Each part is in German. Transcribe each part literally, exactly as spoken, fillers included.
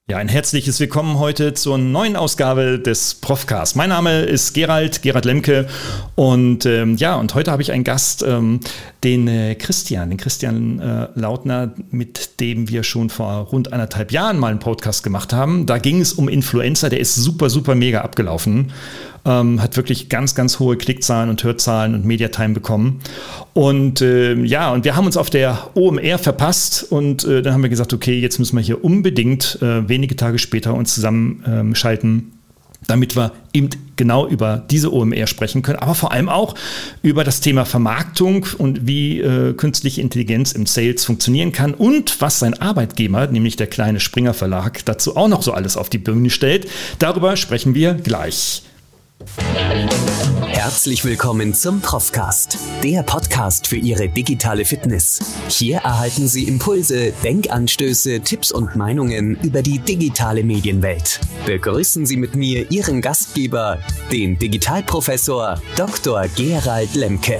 Ja, ein herzliches Willkommen heute zur neuen Ausgabe des Profcast. Mein Name ist Gerald, Gerald Lemke und ähm, ja, und heute habe ich einen Gast, ähm, den äh, Christian, den Christian äh, Lautner, mit dem wir schon vor rund anderthalb Jahren mal einen Podcast gemacht haben. Da ging es um Influencer, der ist super, super mega abgelaufen. Ähm, hat wirklich ganz, ganz hohe Klickzahlen und Hörzahlen und Mediatime bekommen. Und äh, ja, und wir haben uns auf der O M R verpasst und äh, dann haben wir gesagt, okay, jetzt müssen wir hier unbedingt äh, wenige Tage später uns zusammenschalten, ähm, damit wir eben genau über diese O M R sprechen können, aber vor allem auch über das Thema Vermarktung und wie äh, künstliche Intelligenz im Sales funktionieren kann und was sein Arbeitgeber, nämlich der kleine Springer Verlag, dazu auch noch so alles auf die Bühne stellt. Darüber sprechen wir gleich. Herzlich willkommen zum Profcast, der Podcast für Ihre digitale Fitness. Hier erhalten Sie Impulse, Denkanstöße, Tipps und Meinungen über die digitale Medienwelt. Begrüßen Sie mit mir Ihren Gastgeber, den Digitalprofessor Doktor Gerald Lemke.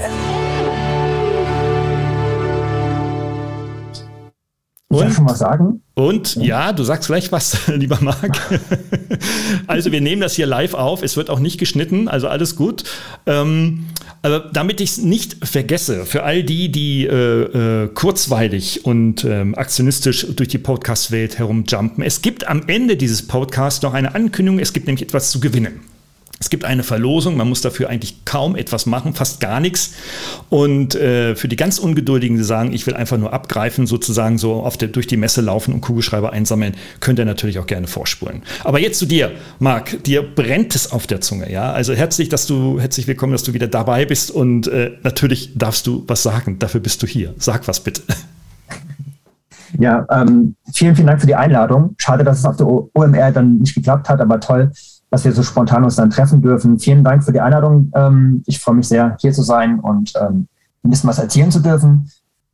Ich darf schon was sagen. Und ja, du sagst gleich was, lieber Marc. Also wir nehmen das hier live auf, es wird auch nicht geschnitten, also alles gut. Ähm, aber damit ich es nicht vergesse, für all die, die äh, äh, kurzweilig und ähm, aktionistisch durch die Podcast-Welt herumjumpen, es gibt am Ende dieses Podcasts noch eine Ankündigung, es gibt nämlich etwas zu gewinnen. Es gibt eine Verlosung, man muss dafür eigentlich kaum etwas machen, fast gar nichts. Und äh, für die ganz Ungeduldigen, die sagen, ich will einfach nur abgreifen, sozusagen so auf der, durch die Messe laufen und Kugelschreiber einsammeln, könnt ihr natürlich auch gerne vorspulen. Aber jetzt zu dir, Marc, dir brennt es auf der Zunge, ja? Also herzlich, dass du, herzlich willkommen, dass du wieder dabei bist und äh, natürlich darfst du was sagen, dafür bist du hier. Sag was bitte. Ja, ähm, vielen, vielen Dank für die Einladung. Schade, dass es auf der O M R dann nicht geklappt hat, aber toll, dass wir so spontan uns dann treffen dürfen. Vielen Dank für die Einladung. Ähm, ich freue mich sehr, hier zu sein und ähm, ein bisschen was erzählen zu dürfen.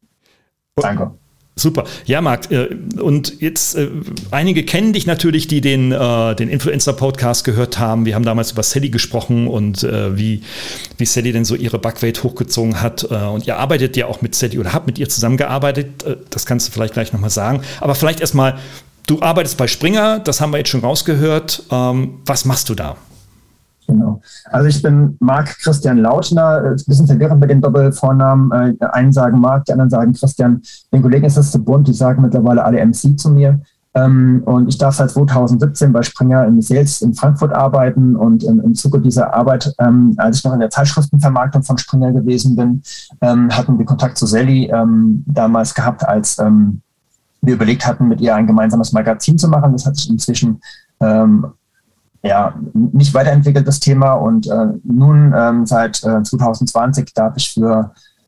Danke. Super. Ja, Marc, äh, und jetzt, äh, einige kennen dich natürlich, die den, äh, den Influencer-Podcast gehört haben. Wir haben damals über Sally gesprochen und äh, wie, wie Sally denn so ihre Backweight hochgezogen hat. Äh, und ihr arbeitet ja auch mit Sally oder habt mit ihr zusammengearbeitet. Äh, das kannst du vielleicht gleich nochmal sagen. Aber vielleicht erstmal, du arbeitest bei Springer, das haben wir jetzt schon rausgehört. Ähm, was machst du da? Genau. Also ich bin Marc Christian Lautner, ein bisschen verwirrend mit dem Doppelvornamen. Die einen sagen Marc, die anderen sagen Christian. Den Kollegen ist das zu bunt, die sagen mittlerweile alle M C zu mir. Und ich darf seit zweitausendsiebzehn bei Springer im Sales in Frankfurt arbeiten und im Zuge dieser Arbeit, als ich noch in der Zeitschriftenvermarktung von Springer gewesen bin, hatten wir Kontakt zu Sally damals gehabt, als wir überlegt hatten, mit ihr ein gemeinsames Magazin zu machen. Das hat sich inzwischen ähm, ja, nicht weiterentwickelt, das Thema. Und äh, nun ähm, seit äh, zwanzig zwanzig darf ich für,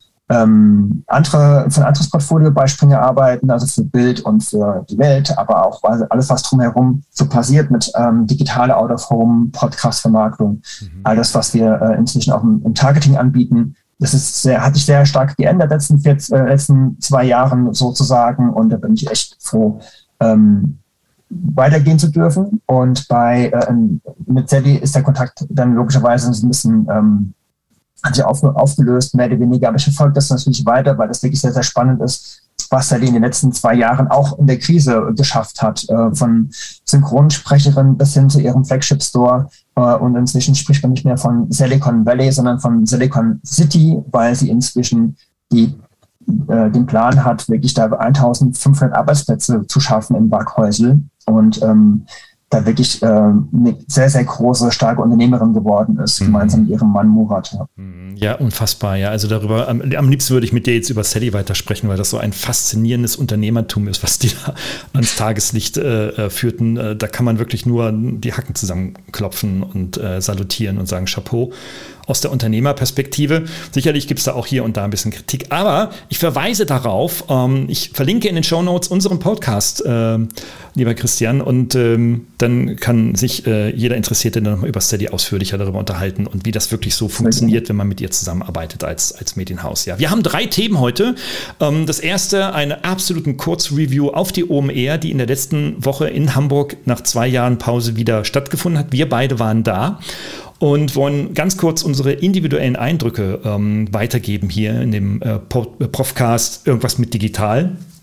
ähm, andere, für ein anderes Portfolio bei Springer arbeiten, also für Bild und für die Welt, aber auch alles, was drumherum so passiert mit ähm, digitale Out-of-Home, Podcast-Vermarktung, mhm. alles, was wir äh, inzwischen auch im, im Targeting anbieten. Das ist sehr, hat sich sehr stark geändert in den letzten, äh, letzten zwei Jahren sozusagen und da bin ich echt froh, ähm, weitergehen zu dürfen. Und bei äh, mit Sally ist der Kontakt dann logischerweise ein bisschen ähm, hat sich auf, aufgelöst, mehr oder weniger, aber ich verfolge das natürlich weiter, weil das wirklich sehr, sehr spannend ist, was Sally in den letzten zwei Jahren auch in der Krise geschafft hat, äh, von Synchronsprecherin bis hin zu ihrem Flagship-Store. Uh, und inzwischen spricht man nicht mehr von Silicon Valley, sondern von Silicon City, weil sie inzwischen die, äh, den Plan hat, wirklich da eintausendfünfhundert Arbeitsplätze zu schaffen in Waghäusel und ähm, da wirklich äh, eine sehr, sehr große, starke Unternehmerin geworden ist, mhm. gemeinsam mit ihrem Mann Murat. Ja. Ja, unfassbar. Ja, also darüber, am, am liebsten würde ich mit dir jetzt über Sally weitersprechen, weil das so ein faszinierendes Unternehmertum ist, was die da ans Tageslicht äh, führten. Äh, da kann man wirklich nur die Hacken zusammenklopfen und äh, salutieren und sagen Chapeau. Aus der Unternehmerperspektive. Sicherlich gibt es da auch hier und da ein bisschen Kritik, aber ich verweise darauf, ähm, ich verlinke in den Shownotes unseren Podcast, äh, lieber Christian, und ähm, dann kann sich äh, jeder Interessierte dann nochmal über Sally ausführlicher darüber unterhalten und wie das wirklich so funktioniert, wenn man mit ihr zusammenarbeitet als, als Medienhaus. Ja, wir haben drei Themen heute. Ähm, das erste, eine absoluten Kurzreview auf die O M R, die in der letzten Woche in Hamburg nach zwei Jahren Pause wieder stattgefunden hat. Wir beide waren da. Und wollen ganz kurz unsere individuellen Eindrücke ähm, weitergeben hier in dem äh, Profcast, irgendwas mit digital.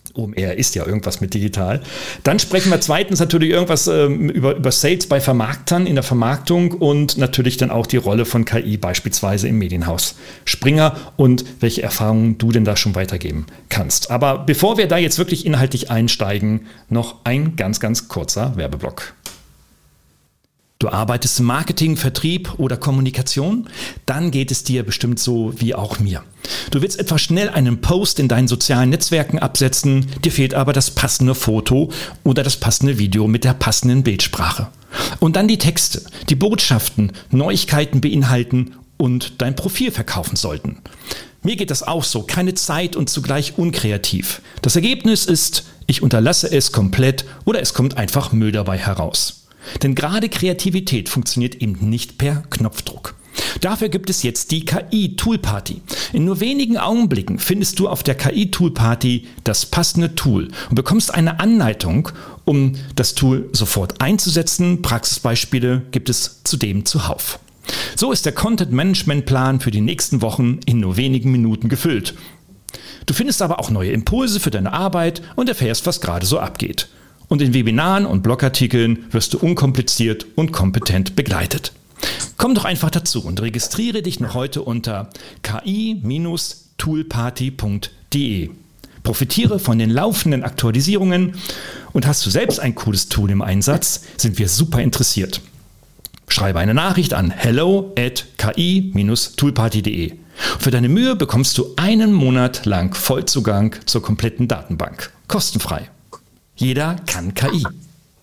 O M R ist ja irgendwas mit digital. Dann sprechen wir zweitens natürlich irgendwas ähm, über, über Sales bei Vermarktern in der Vermarktung und natürlich dann auch die Rolle von K I beispielsweise im Medienhaus Springer und welche Erfahrungen du denn da schon weitergeben kannst. Aber bevor wir da jetzt wirklich inhaltlich einsteigen, noch ein ganz, ganz kurzer Werbeblock. Du arbeitest im Marketing, Vertrieb oder Kommunikation? Dann geht es dir bestimmt so wie auch mir. Du willst etwa schnell einen Post in deinen sozialen Netzwerken absetzen, dir fehlt aber das passende Foto oder das passende Video mit der passenden Bildsprache. Und dann die Texte, die Botschaften, Neuigkeiten beinhalten und dein Profil verkaufen sollten. Mir geht das auch so, keine Zeit und zugleich unkreativ. Das Ergebnis ist, ich unterlasse es komplett oder es kommt einfach Müll dabei heraus. Denn gerade Kreativität funktioniert eben nicht per Knopfdruck. Dafür gibt es jetzt die K I-Tool-Party. In nur wenigen Augenblicken findest du auf der K I-Tool-Party das passende Tool und bekommst eine Anleitung, um das Tool sofort einzusetzen. Praxisbeispiele gibt es zudem zuhauf. So ist der Content-Management-Plan für die nächsten Wochen in nur wenigen Minuten gefüllt. Du findest aber auch neue Impulse für deine Arbeit und erfährst, was gerade so abgeht. Und in Webinaren und Blogartikeln wirst du unkompliziert und kompetent begleitet. Komm doch einfach dazu und registriere dich noch heute unter k i Bindestrich toolparty punkt d e. Profitiere von den laufenden Aktualisierungen und hast du selbst ein cooles Tool im Einsatz, sind wir super interessiert. Schreibe eine Nachricht an hello at k i Bindestrich toolparty punkt d e. Für deine Mühe bekommst du einen Monat lang Vollzugang zur kompletten Datenbank. Kostenfrei. Jeder kann K I.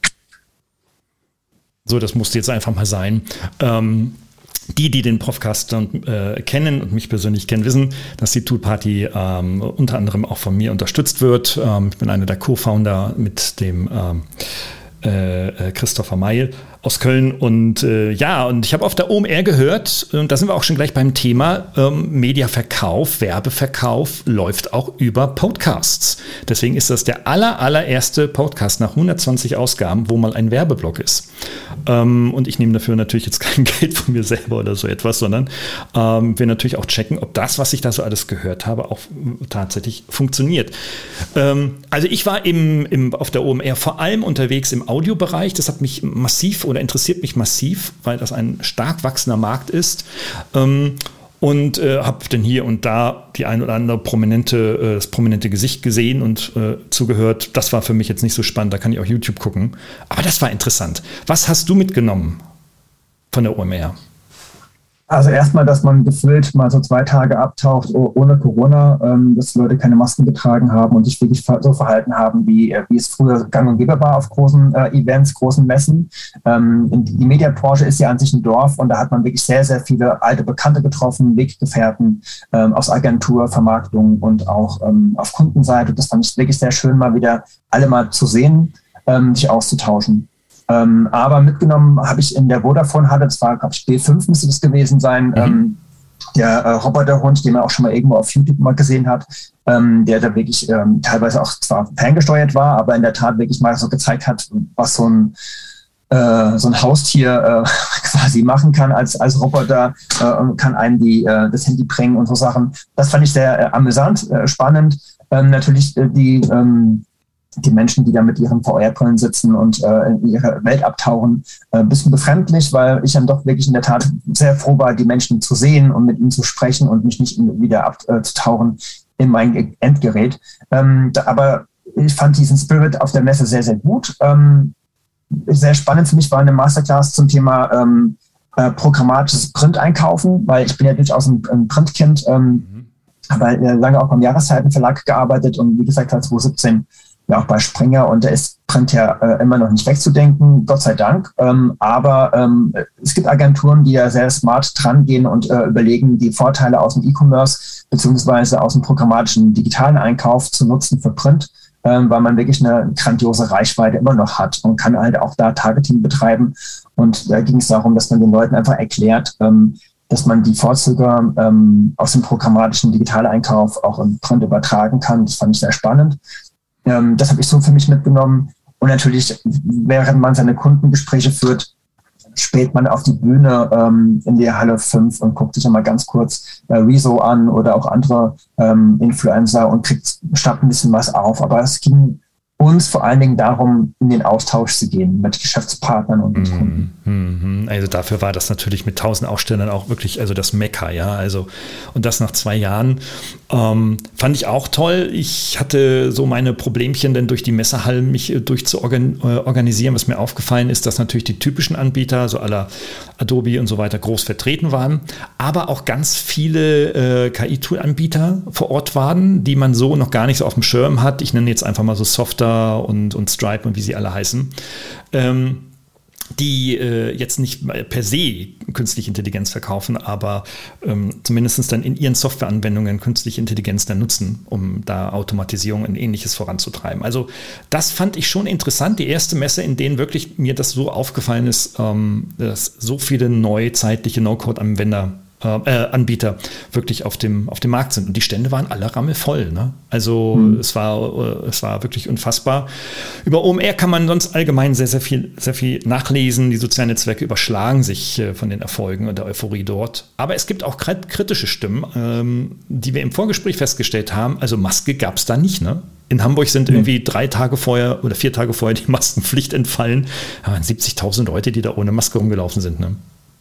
So, das musste jetzt einfach mal sein. Ähm, die, die den Profcast äh, kennen und mich persönlich kennen, wissen, dass die Tool-Party ähm, unter anderem auch von mir unterstützt wird. Ähm, ich bin einer der Co-Founder mit dem ähm, äh, Christopher Meil aus Köln und äh, ja, und ich habe auf der O M R gehört, und da sind wir auch schon gleich beim Thema, ähm, Mediaverkauf, Werbeverkauf läuft auch über Podcasts. Deswegen ist das der aller, allererste Podcast nach hundertzwanzig Ausgaben, wo mal ein Werbeblock ist. Ähm, und ich nehme dafür natürlich jetzt kein Geld von mir selber oder so etwas, sondern ähm, wir natürlich auch checken, ob das, was ich da so alles gehört habe, auch tatsächlich funktioniert. Ähm, also ich war im, im, auf der O M R vor allem unterwegs im Audiobereich. Das hat mich massiv oder interessiert mich massiv, weil das ein stark wachsender Markt ist. Ähm, und äh, habe dann hier und da die ein oder andere prominente, äh, das prominente Gesicht gesehen und äh, zugehört. Das war für mich jetzt nicht so spannend, da kann ich auch YouTube gucken. Aber das war interessant. Was hast du mitgenommen von der O M R? Also erstmal, dass man gefühlt mal so zwei Tage abtaucht ohne Corona, ähm, dass Leute keine Masken getragen haben und sich wirklich so verhalten haben, wie, wie es früher gang und gäbe war auf großen äh, Events, großen Messen. Ähm, die Medienbranche ist ja an sich ein Dorf und da hat man wirklich sehr, sehr viele alte Bekannte getroffen, Weggefährten ähm, aus Agentur, Vermarktung und auch ähm, auf Kundenseite. Das fand ich wirklich sehr schön, mal wieder alle mal zu sehen, ähm, sich auszutauschen. Ähm, aber mitgenommen habe ich in der Vodafone-Halle, das war, glaube ich, B fünf müsste das gewesen sein, mhm. ähm, der äh, Roboterhund, den man auch schon mal irgendwo auf YouTube mal gesehen hat, ähm, der da wirklich ähm, teilweise auch zwar ferngesteuert war, aber in der Tat wirklich mal so gezeigt hat, was so ein, äh, so ein Haustier äh, quasi machen kann als, als Roboter, äh, kann einem die, äh, das Handy bringen und so Sachen. Das fand ich sehr äh, amüsant, äh, spannend. Ähm, natürlich äh, die... Ähm, die Menschen, die da mit ihren V R-Brillen sitzen und äh, in ihre Welt abtauchen, ein äh, bisschen befremdlich, weil ich dann doch wirklich in der Tat sehr froh war, die Menschen zu sehen und mit ihnen zu sprechen und mich nicht in, wieder abzutauchen in mein Endgerät. Ähm, da, aber ich fand diesen Spirit auf der Messe sehr, sehr gut. Ähm, sehr spannend für mich war eine Masterclass zum Thema ähm, äh, programmatisches Print-Einkaufen, weil ich bin ja durchaus ein, ein Printkind, ähm, mhm. habe lange auch beim Jahreszeitenverlag gearbeitet und wie gesagt, seit zwanzig siebzehn ja auch bei Springer, und da ist Print ja äh, immer noch nicht wegzudenken, Gott sei Dank. Ähm, aber ähm, es gibt Agenturen, die ja sehr smart dran gehen und äh, überlegen, die Vorteile aus dem E-Commerce beziehungsweise aus dem programmatischen digitalen Einkauf zu nutzen für Print, ähm, weil man wirklich eine grandiose Reichweite immer noch hat und kann halt auch da Targeting betreiben. Und da ging es darum, dass man den Leuten einfach erklärt, ähm, dass man die Vorzüge ähm, aus dem programmatischen Digitaleinkauf auch im Print übertragen kann. Das fand ich sehr spannend. Das habe ich so für mich mitgenommen. Und natürlich, während man seine Kundengespräche führt, späht man auf die Bühne ähm, in die Halle fünf und guckt sich dann mal ganz kurz äh, Rezo an oder auch andere ähm, Influencer und kriegt statt ein bisschen was auf. Aber es ging uns vor allen Dingen darum, in den Austausch zu gehen mit Geschäftspartnern und mit Kunden. Mm-hmm. Also dafür war das natürlich mit tausend Ausstellern auch wirklich, also das Mekka, ja, also und das nach zwei Jahren ähm, fand ich auch toll. Ich hatte so meine Problemchen, denn durch die Messehallen mich äh, durchzuorganisieren. Was mir aufgefallen ist, dass natürlich die typischen Anbieter, so à la Adobe und so weiter, groß vertreten waren, aber auch ganz viele äh, K I-Tool-Anbieter vor Ort waren, die man so noch gar nicht so auf dem Schirm hat. Ich nenne jetzt einfach mal so Software und, und Stripe und wie sie alle heißen, ähm, die äh, jetzt nicht per se künstliche Intelligenz verkaufen, aber ähm, zumindest dann in ihren Softwareanwendungen künstliche Intelligenz dann nutzen, um da Automatisierung und Ähnliches voranzutreiben. Also das fand ich schon interessant, die erste Messe, in denen wirklich mir das so aufgefallen ist, ähm, dass so viele neuzeitliche No-Code-Anwender Äh, Anbieter wirklich auf dem, auf dem Markt sind. Und die Stände waren alle rammelvoll. Ne? Also mhm. es war, äh, es war wirklich unfassbar. Über O M R kann man sonst allgemein sehr, sehr viel, sehr viel nachlesen. Die sozialen Netzwerke überschlagen sich äh, von den Erfolgen und der Euphorie dort. Aber es gibt auch kritische Stimmen, ähm, die wir im Vorgespräch festgestellt haben. Also Maske gab es da nicht, ne? In Hamburg sind irgendwie drei Tage vorher oder vier Tage vorher die Maskenpflicht entfallen. Da waren siebzigtausend Leute, die da ohne Maske rumgelaufen sind, ne?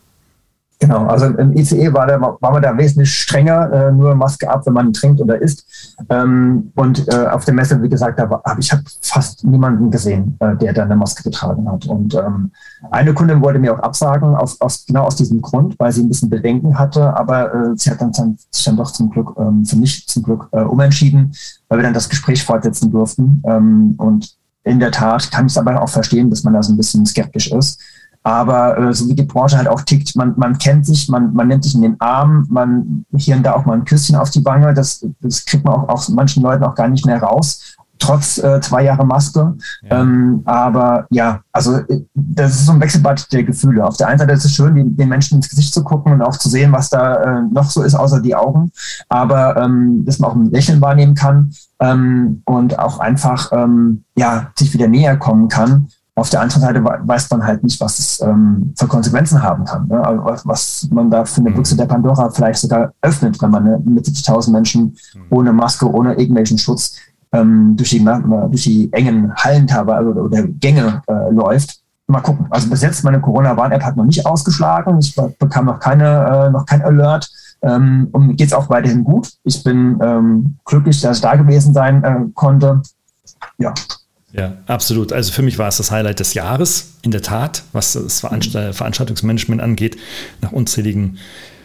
Genau, also im I C E war, der, war man da wesentlich strenger, äh, nur Maske ab, wenn man trinkt oder isst. Ähm, und äh, auf der Messe, wie gesagt, da hab ich habe fast niemanden gesehen, äh, der da eine Maske getragen hat. Und ähm, eine Kundin wollte mir auch absagen, aus, aus, genau aus diesem Grund, weil sie ein bisschen Bedenken hatte. Aber äh, sie hat dann, dann sich dann doch zum Glück, ähm, für mich zum Glück äh, umentschieden, weil wir dann das Gespräch fortsetzen durften. Ähm, und in der Tat kann ich es aber auch verstehen, dass man da so ein bisschen skeptisch ist. Aber äh, so wie die Branche halt auch tickt, man, man kennt sich, man, man nimmt sich in den Arm, man hier und da auch mal ein Küsschen auf die Wange, das, das kriegt man auch aus manchen Leuten auch gar nicht mehr raus, trotz äh, zwei Jahre Maske. Ja. Ähm, aber ja, also das ist so ein Wechselbad der Gefühle. Auf der einen Seite ist es schön, den, den Menschen ins Gesicht zu gucken und auch zu sehen, was da äh, noch so ist, außer die Augen. Aber ähm, dass man auch ein Lächeln wahrnehmen kann ähm, und auch einfach ähm, ja, sich wieder näher kommen kann. Auf der anderen Seite weiß man halt nicht, was es ähm, für Konsequenzen haben kann. Ne? Also was, was man da für eine Büchse der Pandora vielleicht sogar öffnet, wenn man ne, mit siebzigtausend Menschen ohne Maske, ohne irgendwelchen Schutz ähm, durch, die, durch die engen Hallen teilweise oder, oder Gänge äh, läuft. Mal gucken. Also bis jetzt, meine Corona-Warn-App hat noch nicht ausgeschlagen. Ich bekam noch keine, äh, noch kein Alert. Ähm, und mir geht es auch weiterhin gut. Ich bin ähm, glücklich, dass ich da gewesen sein äh, konnte. Ja. Ja, absolut. Also für mich war es das Highlight des Jahres, in der Tat, was das Veranstalt- Veranstaltungsmanagement angeht, nach unzähligen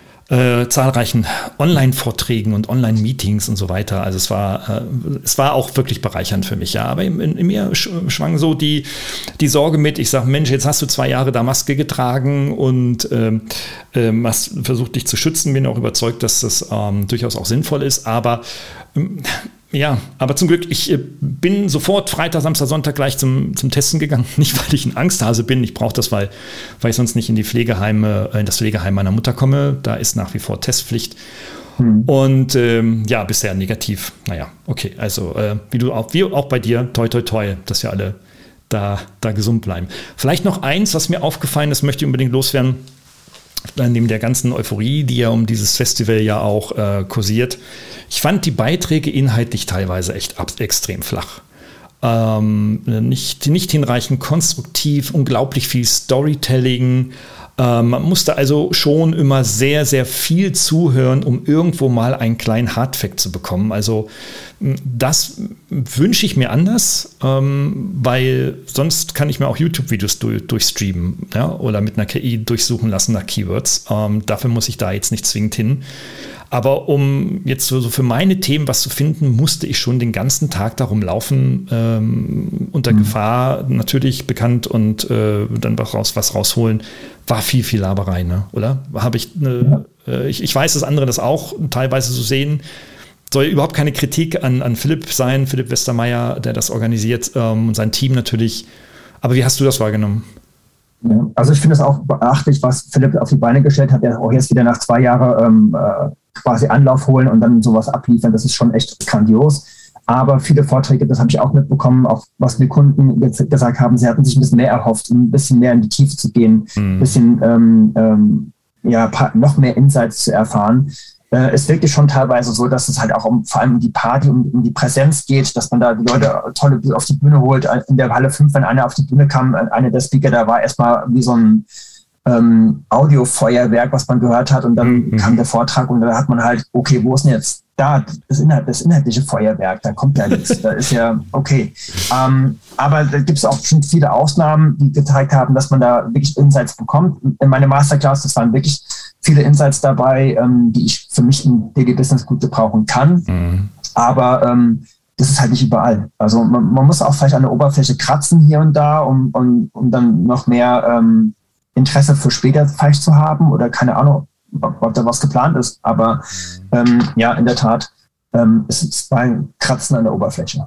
äh, zahlreichen Online-Vorträgen und Online-Meetings und so weiter. Also es war, äh, es war auch wirklich bereichernd für mich, ja. Aber in, in mir schwang so die, die Sorge mit, ich sage, Mensch, jetzt hast du zwei Jahre da Maske getragen und ähm, ähm, hast versucht, dich zu schützen. Bin auch überzeugt, dass das ähm, durchaus auch sinnvoll ist, aber ähm, ja, aber zum Glück, ich äh, bin sofort Freitag, Samstag, Sonntag gleich zum, zum Testen gegangen. Nicht, weil ich ein Angsthase bin. Ich brauche das, weil, weil ich sonst nicht in die Pflegeheime, in das Pflegeheim meiner Mutter komme. Da ist nach wie vor Testpflicht. Hm. Und ähm, ja, bisher negativ. Naja, okay. Also äh, wie du auch, wie auch bei dir, toi, toi, toi, dass wir alle da, da gesund bleiben. Vielleicht noch eins, was mir aufgefallen ist, möchte ich unbedingt loswerden. Neben der ganzen Euphorie, die ja um dieses Festival ja auch äh, kursiert. Ich fand die Beiträge inhaltlich teilweise echt ab, extrem flach. Ähm, nicht, nicht hinreichend konstruktiv, unglaublich viel Storytelling. Ähm, man musste also schon immer sehr, sehr viel zuhören, um irgendwo mal einen kleinen Hardfact zu bekommen. Also das wünsche ich mir anders, ähm, weil sonst kann ich mir auch YouTube-Videos durch, durchstreamen, ja, oder mit einer K I durchsuchen lassen nach Keywords. Ähm, dafür muss ich da jetzt nicht zwingend hin. Aber um jetzt so, so für meine Themen was zu finden, musste ich schon den ganzen Tag darum laufen, ähm, unter mhm. Gefahr natürlich bekannt und äh, dann was, raus, was rausholen. War viel, viel Laberei, ne? Oder? Habe ich, ne, ja. äh, ich, ich weiß, dass andere das auch teilweise so sehen. Soll überhaupt keine Kritik an, an Philipp sein, Philipp Westermeier, der das organisiert ähm, und sein Team natürlich. Aber wie hast du das wahrgenommen? Ja, also ich finde es auch beachtlich, was Philipp auf die Beine gestellt hat, der auch jetzt wieder nach zwei Jahren ähm, äh, quasi Anlauf holen und dann sowas abliefern. Das ist schon echt grandios. Aber viele Vorträge, das habe ich auch mitbekommen, auch was mir Kunden jetzt gesagt haben, sie hatten sich ein bisschen mehr erhofft, ein bisschen mehr in die Tiefe zu gehen, mhm. ein bisschen ähm, ähm, ja, noch mehr Insights zu erfahren. Äh, es wirklich schon teilweise so, dass es halt auch um, vor allem um die Party, um, um die Präsenz geht, dass man da die Leute tolle auf die Bühne holt. In der Halle fünf, wenn einer auf die Bühne kam, einer der Speaker, da war erstmal wie so ein ähm, Audiofeuerwerk, was man gehört hat, und dann mhm. kam der Vortrag und da hat man halt, okay, wo ist denn jetzt da das, Inhalt, das inhaltliche Feuerwerk, da kommt ja nichts, da ist ja okay. Ähm, aber da gibt es auch schon viele Ausnahmen, die gezeigt haben, dass man da wirklich Insights bekommt. In meiner Masterclass, das waren wirklich viele Insights dabei, ähm, die ich für mich im Daily Business gut gebrauchen kann. Mhm. Aber ähm, das ist halt nicht überall. Also man, man muss auch vielleicht an der Oberfläche kratzen hier und da, um, um, um dann noch mehr ähm, Interesse für später vielleicht zu haben oder keine Ahnung, ob, ob da was geplant ist. Aber ähm, ja, in der Tat, ähm, es ist bei Kratzen an der Oberfläche.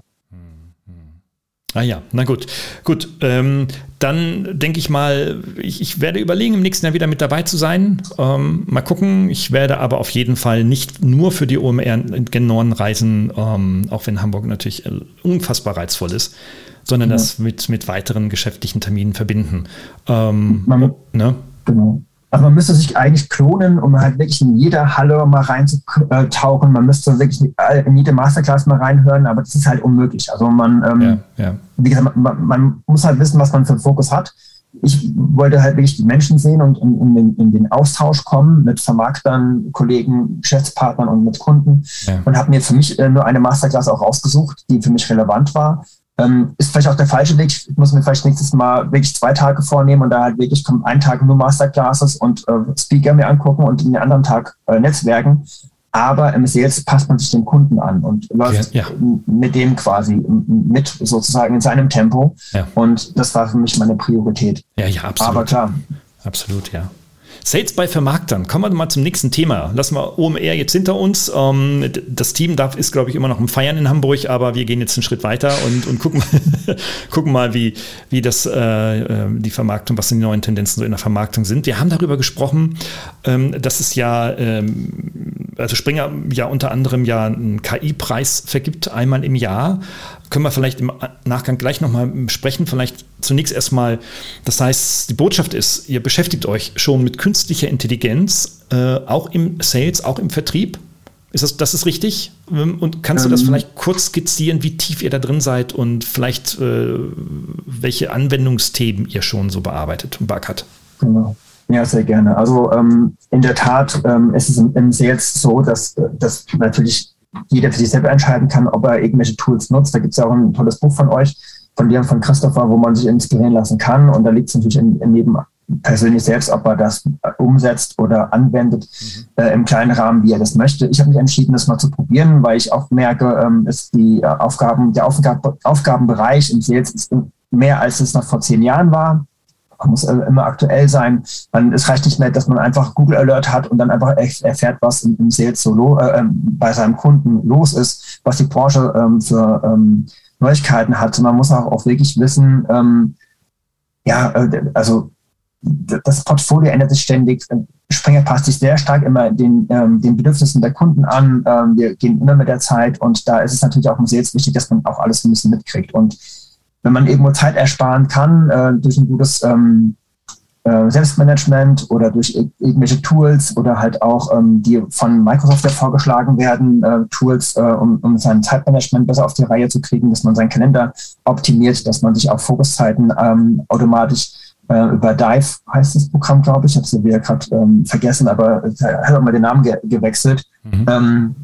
Ah ja, na gut. Gut, ähm, dann denke ich mal, ich, ich werde überlegen, im nächsten Jahr wieder mit dabei zu sein. Ähm, mal gucken. Ich werde aber auf jeden Fall nicht nur für die O M R gen Norden reisen, ähm, auch wenn Hamburg natürlich unfassbar reizvoll ist, sondern ja. das mit, mit weiteren geschäftlichen Terminen verbinden. Ähm, Man, ne? Genau. Also man müsste sich eigentlich klonen, um halt wirklich in jeder Halle mal reinzutauchen. Man müsste wirklich in jede Masterclass mal reinhören, aber das ist halt unmöglich. Also man, ähm, ja, ja. wie gesagt, man, man muss halt wissen, was man für einen Fokus hat. Ich wollte halt wirklich die Menschen sehen und in, in, den, in den Austausch kommen mit Vermarktern, Kollegen, Geschäftspartnern und mit Kunden ja. und habe mir für mich äh, nur eine Masterclass auch rausgesucht, die für mich relevant war. Ähm, ist vielleicht auch der falsche Weg. Ich muss mir vielleicht nächstes Mal wirklich zwei Tage vornehmen und da halt wirklich kommt einen Tag nur Masterclasses und äh, Speaker mir angucken und den anderen Tag äh, Netzwerken. Aber im Sales passt man sich dem Kunden an und läuft ja, ja. mit dem quasi mit sozusagen in seinem Tempo. Ja. Und das war für mich meine Priorität. Ja, ja, absolut. Aber klar. Absolut, ja. Sales bei Vermarktern. Kommen wir mal zum nächsten Thema. Lassen wir O M R jetzt hinter uns. Das Team darf, ist, glaube ich, immer noch im Feiern in Hamburg, aber wir gehen jetzt einen Schritt weiter und, und gucken, gucken mal, wie, wie das, äh, die Vermarktung, was die neuen Tendenzen so in der Vermarktung sind. Wir haben darüber gesprochen, ähm, dass es ja, ähm, also Springer ja unter anderem ja einen K I-Preis vergibt, einmal im Jahr. Können wir vielleicht im Nachgang gleich nochmal sprechen. Vielleicht zunächst erstmal, das heißt, die Botschaft ist, ihr beschäftigt euch schon mit künstlicher Intelligenz, äh, auch im Sales, auch im Vertrieb. Ist das, das ist richtig? Und kannst ähm, du das vielleicht kurz skizzieren, wie tief ihr da drin seid und vielleicht äh, welche Anwendungsthemen ihr schon so bearbeitet und beackert? Genau. Ja, sehr gerne. Also ähm, in der Tat ähm, ist es im, im Sales so, dass, dass natürlich jeder für sich selber entscheiden kann, ob er irgendwelche Tools nutzt. Da gibt es ja auch ein tolles Buch von euch, von dir und von Christopher, wo man sich inspirieren lassen kann. Und da liegt es natürlich in, in jedem persönlich selbst, ob er das umsetzt oder anwendet, mhm. äh, im kleinen Rahmen, wie er das möchte. Ich habe mich entschieden, das mal zu probieren, weil ich auch merke, ähm, ist die äh, Aufgaben, der Aufgab- Aufgabenbereich im Sales ist mehr, als es noch vor zehn Jahren war. Man muss immer aktuell sein. Man, es reicht nicht mehr, dass man einfach Google Alert hat und dann einfach erfährt, was im, im Sales so äh, bei seinem Kunden los ist, was die Branche ähm, für ähm, Neuigkeiten hat. Man muss auch, auch wirklich wissen, ähm, ja, äh, also das Portfolio ändert sich ständig. Springer passt sich sehr stark immer den, ähm, den Bedürfnissen der Kunden an. Ähm, wir gehen immer mit der Zeit und da ist es natürlich auch im Sales wichtig, dass man auch alles ein bisschen mitkriegt. Und wenn man irgendwo Zeit ersparen kann, äh, durch ein gutes ähm, äh, Selbstmanagement oder durch ir- irgendwelche Tools oder halt auch, ähm, die von Microsoft ja vorgeschlagen werden, äh, Tools, äh, um, um sein Zeitmanagement besser auf die Reihe zu kriegen, dass man seinen Kalender optimiert, dass man sich auch Fokuszeiten ähm, automatisch äh, über Dive, heißt das Programm, glaube ich, ich habe es ja wieder gerade ähm, vergessen, aber es hat auch mal den Namen ge- gewechselt. Mhm. Ähm,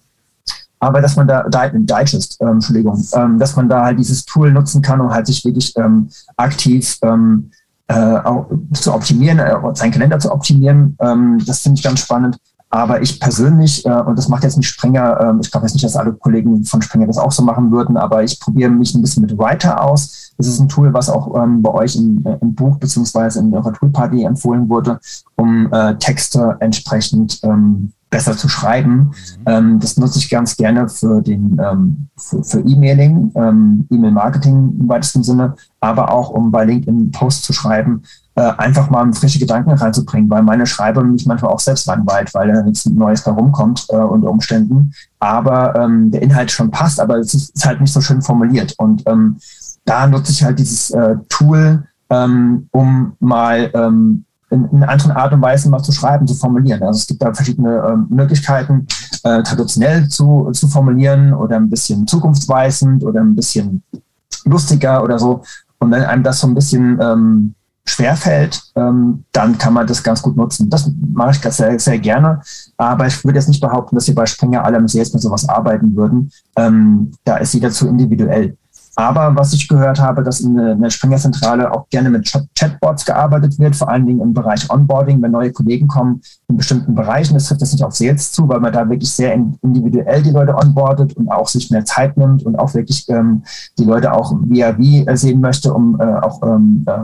Aber dass man da, Digest, ähm, Entschuldigung, ähm, dass man da halt dieses Tool nutzen kann, um halt sich wirklich ähm, aktiv ähm, äh, auch zu optimieren, äh, seinen Kalender zu optimieren. Ähm, das finde ich ganz spannend. Aber ich persönlich, äh, und das macht jetzt nicht Springer, äh, ich glaube jetzt nicht, dass alle Kollegen von Springer das auch so machen würden, aber ich probiere mich ein bisschen mit Writer aus. Das ist ein Tool, was auch ähm, bei euch im, äh, im Buch beziehungsweise in eurer Toolparty empfohlen wurde, um äh, Texte entsprechend ähm, besser zu schreiben. Mhm. Ähm, das nutze ich ganz gerne für den ähm, für, für E-Mailing, ähm, E-Mail-Marketing im weitesten Sinne, aber auch um bei LinkedIn Posts zu schreiben. äh, einfach mal frische Gedanken reinzubringen, weil meine Schreiber mich manchmal auch selbst langweilt, weil da nichts Neues da rumkommt äh, unter Umständen. Aber ähm, der Inhalt schon passt, aber es ist, ist halt nicht so schön formuliert. Und ähm, da nutze ich halt dieses äh, Tool, ähm, um mal ähm, in, in anderen Art und Weise mal zu schreiben, zu formulieren. Also es gibt da verschiedene äh, Möglichkeiten, äh, traditionell zu, zu formulieren oder ein bisschen zukunftsweisend oder ein bisschen lustiger oder so. Und wenn einem das so ein bisschen ähm, schwerfällt, ähm, dann kann man das ganz gut nutzen. Das mache ich sehr, sehr gerne. Aber ich würde jetzt nicht behaupten, dass wir bei Springer alle jetzt mit sowas arbeiten würden. Ähm, da ist jeder zu individuell. Aber was ich gehört habe, dass in der, in der Springer-Zentrale auch gerne mit Chatbots gearbeitet wird, vor allen Dingen im Bereich Onboarding, wenn neue Kollegen kommen in bestimmten Bereichen. Das trifft jetzt nicht auf Sales zu, weil man da wirklich sehr individuell die Leute onboardet und auch sich mehr Zeit nimmt und auch wirklich ähm, die Leute auch via wie sehen möchte, um äh, auch ähm, äh,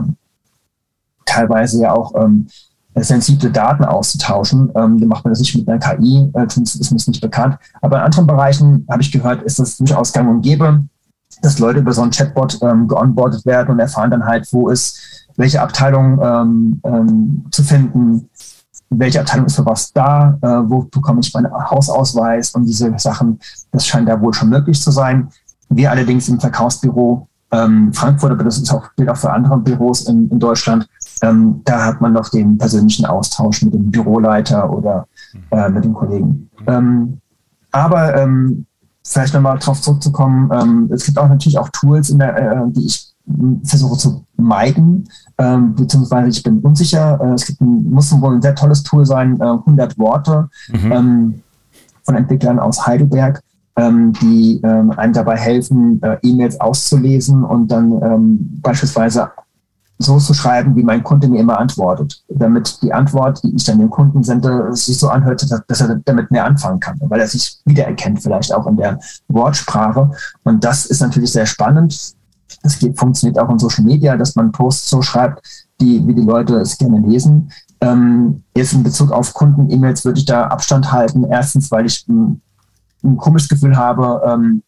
teilweise ja auch ähm, sensible Daten auszutauschen. Ähm, dann macht man das nicht mit einer K I, äh, zumindest ist mir das nicht bekannt. Aber in anderen Bereichen, habe ich gehört, ist das durchaus gang und gäbe, dass Leute über so einen Chatbot ähm, geonboardet werden und erfahren dann halt, wo ist welche Abteilung ähm, ähm, zu finden, welche Abteilung ist für was da, äh, wo bekomme ich meinen Hausausweis und diese Sachen. Das scheint da wohl schon möglich zu sein. Wir allerdings im Verkaufsbüro ähm, Frankfurt, aber das ist auch, gilt auch für andere Büros in, in Deutschland, ähm, da hat man noch den persönlichen Austausch mit dem Büroleiter oder äh, mit den Kollegen. Ähm, aber ähm, vielleicht nochmal darauf zurückzukommen, ähm, es gibt auch natürlich auch Tools, in der, äh, die ich versuche zu meiden, ähm, beziehungsweise ich bin unsicher. Äh, es gibt ein, muss wohl ein sehr tolles Tool sein, äh, hundert Worte mhm. ähm, von Entwicklern aus Heidelberg, ähm, die ähm, einem dabei helfen, äh, E-Mails auszulesen und dann ähm, beispielsweise so zu schreiben, wie mein Kunde mir immer antwortet, damit die Antwort, die ich dann dem Kunden sende, sich so anhört, dass er damit mehr anfangen kann, weil er sich wiedererkennt, vielleicht auch in der Wortsprache. Und das ist natürlich sehr spannend. Das geht, funktioniert auch in Social Media, dass man Posts so schreibt, die, wie die Leute es gerne lesen. Ähm, jetzt in Bezug auf Kunden-E-Mails würde ich da Abstand halten. Erstens, weil ich ein, ein komisches Gefühl habe, ähm,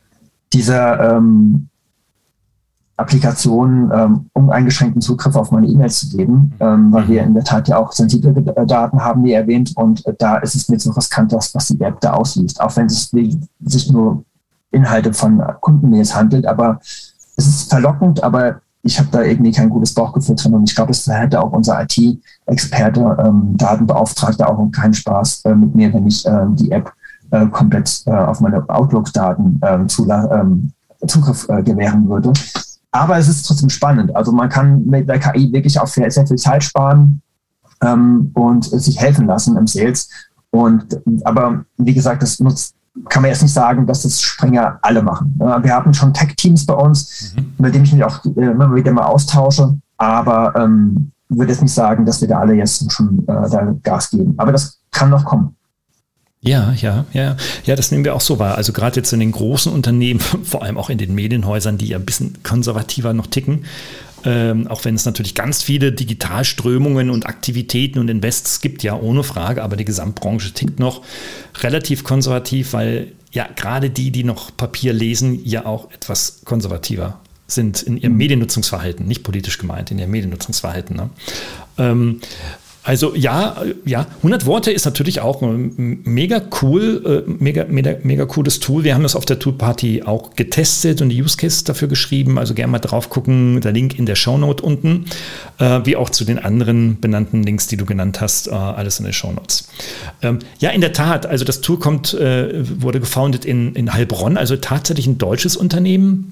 dieser ähm, Applikationen ähm, uneingeschränkten Zugriff auf meine E-Mails zu geben, ähm, weil wir in der Tat ja auch sensible Daten haben, wie erwähnt, und äh, da ist es mir so riskant, was, was die App da ausliest, auch wenn es sich nur Inhalte von Kundenmails handelt, aber es ist verlockend, aber ich habe da irgendwie kein gutes Bauchgefühl drin und ich glaube, es hätte auch unser I T-Experte, ähm, Datenbeauftragter auch keinen Spaß äh, mit mir, wenn ich äh, die App äh, komplett äh, auf meine Outlook-Daten äh, ähm, Zugriff äh, gewähren würde. Aber es ist trotzdem spannend. Also man kann mit der K I wirklich auch sehr, sehr viel Zeit sparen ähm, und sich helfen lassen im Sales. Und, aber wie gesagt, das nutzt, kann man jetzt nicht sagen, dass das Springer alle machen. Wir haben schon Tech-Teams bei uns, mhm. mit denen ich mich auch immer wieder mal austausche. Aber ähm, würde jetzt nicht sagen, dass wir da alle jetzt schon äh, da Gas geben. Aber das kann noch kommen. Ja, ja, ja, ja, das nehmen wir auch so wahr. Also gerade jetzt in den großen Unternehmen, vor allem auch in den Medienhäusern, die ja ein bisschen konservativer noch ticken, ähm, auch wenn es natürlich ganz viele Digitalströmungen und Aktivitäten und Invests gibt, ja, ohne Frage, aber die Gesamtbranche tickt noch relativ konservativ, weil ja gerade die, die noch Papier lesen, ja auch etwas konservativer sind in ihrem Mediennutzungsverhalten, nicht politisch gemeint, in ihrem Mediennutzungsverhalten. Ne? Ähm, Also ja, ja, hundert Worte ist natürlich auch ein mega cool, mega, mega, mega cooles Tool. Wir haben das auf der Toolparty auch getestet und die Use Case dafür geschrieben. Also gerne mal drauf gucken, der Link in der Shownote unten, äh, wie auch zu den anderen benannten Links, die du genannt hast, äh, alles in den Shownotes. Ähm, ja, in der Tat, also das Tool kommt, äh, wurde gefoundet in, in Heilbronn, also tatsächlich ein deutsches Unternehmen.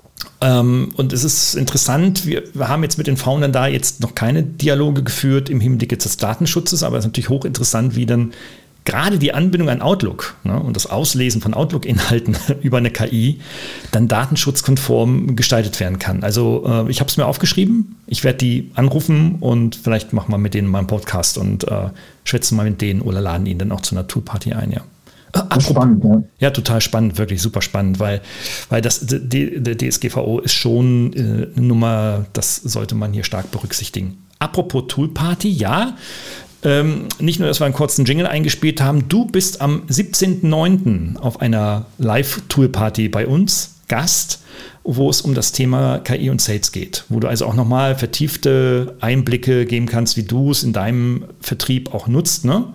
Ähm, und es ist interessant, wir, wir haben jetzt mit den Foundern da jetzt noch keine Dialoge geführt im Hinblick jetzt des Datenschutzes, aber es ist natürlich hochinteressant, wie dann gerade die Anbindung an Outlook, ne, und das Auslesen von Outlook-Inhalten über eine K I dann datenschutzkonform gestaltet werden kann. Also äh, ich habe es mir aufgeschrieben, ich werde die anrufen und vielleicht machen wir mit denen mal einen Podcast und äh, schwätzen mal mit denen oder laden ihn dann auch zu einer Toolparty ein, ja. Apropos, spannend, ja. Ja, total spannend, wirklich super spannend, weil, weil das, die, der D S G V O ist schon äh, eine Nummer, das sollte man hier stark berücksichtigen. Apropos Toolparty, ja, ähm, nicht nur, dass wir einen kurzen Jingle eingespielt haben, du bist am siebzehnten neunten auf einer Live-Toolparty bei uns Gast wo es um das Thema K I und Sales geht, wo du also auch nochmal vertiefte Einblicke geben kannst, wie du es in deinem Vertrieb auch nutzt, ne?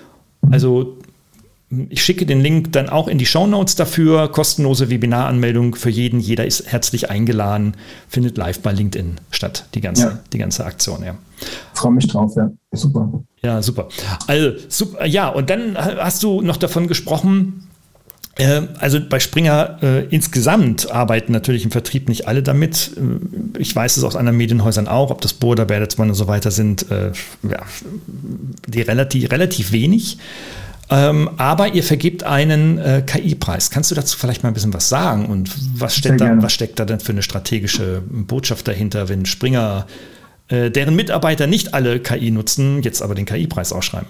Also ich schicke den Link dann auch in die Shownotes dafür. Kostenlose Webinaranmeldung für jeden. Jeder ist herzlich eingeladen. Findet live bei LinkedIn statt, die ganze, ja. die ganze Aktion. Ja. Freue mich drauf, ja. Super. Ja, super. Also, super. Ja, und dann hast du noch davon gesprochen, äh, also bei Springer äh, insgesamt arbeiten natürlich im Vertrieb nicht alle damit. Ich weiß es aus anderen Medienhäusern auch, ob das Burda, Bertelsmann und so weiter sind, äh, ja, die relativ, relativ wenig. Ähm, aber ihr vergebt einen äh, K I-Preis. Kannst du dazu vielleicht mal ein bisschen was sagen? Und was steckt, da, was steckt da denn für eine strategische Botschaft dahinter, wenn Springer, äh, deren Mitarbeiter nicht alle K I nutzen, jetzt aber den K I-Preis ausschreiben?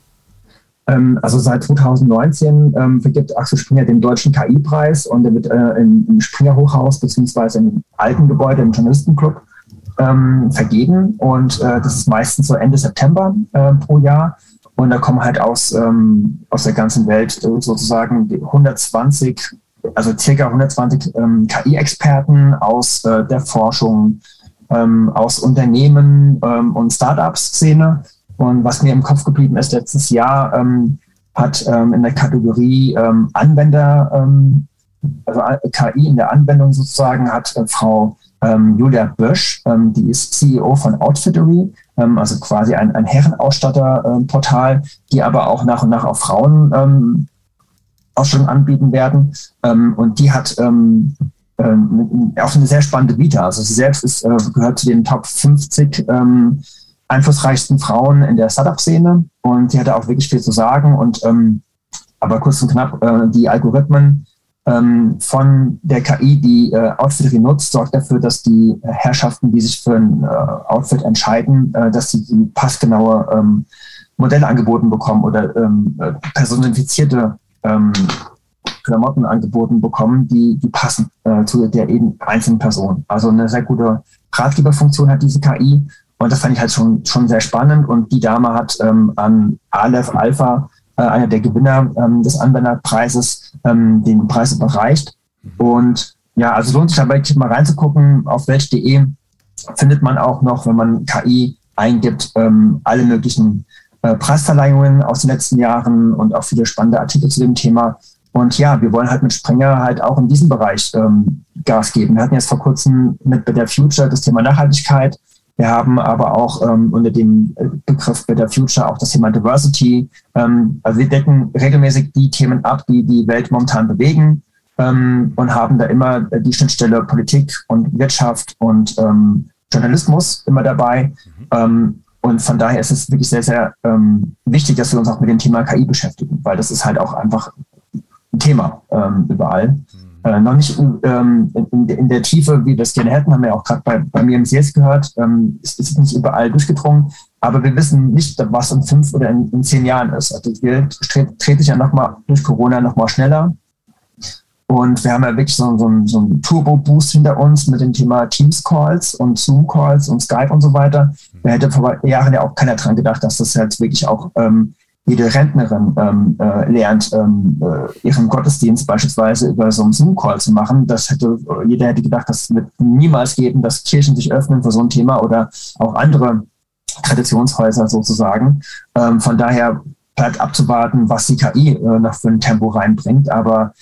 Ähm, also seit zwanzig neunzehn ähm, vergibt Axel Springer den deutschen K I-Preis und der wird äh, im, im Springer-Hochhaus beziehungsweise im alten Gebäude im Journalistenclub ähm, vergeben. Und äh, das ist meistens so Ende September äh, pro Jahr. Und da kommen halt aus, ähm, aus der ganzen Welt sozusagen hundertzwanzig, also circa hundertzwanzig ähm, K I-Experten aus äh, der Forschung, ähm, aus Unternehmen ähm, und Startup-Szene. Und was mir im Kopf geblieben ist, letztes Jahr ähm, hat ähm, in der Kategorie ähm, Anwender, ähm, also K I in der Anwendung sozusagen, hat äh, Frau ähm, Julia Bösch, ähm, die ist C E O von Outfittery, ähm, also quasi ein, ein Herrenausstatter-Portal, äh, die aber auch nach und nach auch Frauen ähm, Ausstattung anbieten werden. Ähm, und die hat ähm, ähm, auch eine sehr spannende Vita. Also sie selbst ist, äh, gehört zu den Top fünfzig ähm, einflussreichsten Frauen in der Startup-Szene und die hatte auch wirklich viel zu sagen. Und ähm, aber kurz und knapp, äh, die Algorithmen ähm, von der K I, die äh, Outfittery nutzt, sorgt dafür, dass die Herrschaften, die sich für ein äh, Outfit entscheiden, äh, dass sie die passgenaue ähm, Modelle angeboten bekommen oder ähm, äh, personifizierte ähm, Klamotten angeboten bekommen, die, die passen äh, zu der eben einzelnen Person. Also eine sehr gute Ratgeberfunktion hat diese K I. Und das fand ich halt schon, schon sehr spannend. Und die Dame hat ähm, an Aleph Alpha, äh, einer der Gewinner ähm, des Anwenderpreises, ähm, den Preis überreicht. Und ja, also lohnt sich dabei mal reinzugucken, auf welch punkt de findet man auch noch, wenn man K I eingibt, ähm, alle möglichen äh, Preisverleihungen aus den letzten Jahren und auch viele spannende Artikel zu dem Thema. Und ja, wir wollen halt mit Springer halt auch in diesem Bereich ähm, Gas geben. Wir hatten jetzt vor kurzem mit Better Future das Thema Nachhaltigkeit. Wir haben aber auch ähm, unter dem Begriff Better Future auch das Thema Diversity. Ähm, also wir decken regelmäßig die Themen ab, die die Welt momentan bewegen ähm, und haben da immer die Schnittstelle Politik und Wirtschaft und ähm, Journalismus immer dabei. Mhm. Ähm, und von daher ist es wirklich sehr, sehr ähm, wichtig, dass wir uns auch mit dem Thema K I beschäftigen, weil das ist halt auch einfach ein Thema ähm, überall. Mhm. Äh, noch nicht ähm, in, in der Tiefe, wie wir es gerne hätten, haben wir auch gerade bei, bei mir im C S gehört, ähm, es ist nicht überall durchgedrungen, aber wir wissen nicht, was in fünf oder in, in zehn Jahren ist. Also die Welt dreht sich ja nochmal durch Corona nochmal schneller und wir haben ja wirklich so, so, so einen Turbo-Boost hinter uns mit dem Thema Teams-Calls und Zoom-Calls und Skype und so weiter. Da hätte vor Jahren ja auch keiner dran gedacht, dass das jetzt wirklich auch ähm, jede Rentnerin ähm, äh, lernt, ähm, äh, ihren Gottesdienst beispielsweise über so einen Zoom-Call zu machen. Das hätte, jeder hätte gedacht, das wird niemals geben, dass Kirchen sich öffnen für so ein Thema oder auch andere Traditionshäuser sozusagen. Ähm, von daher bleibt abzuwarten, was die K I äh, noch für ein Tempo reinbringt. Aber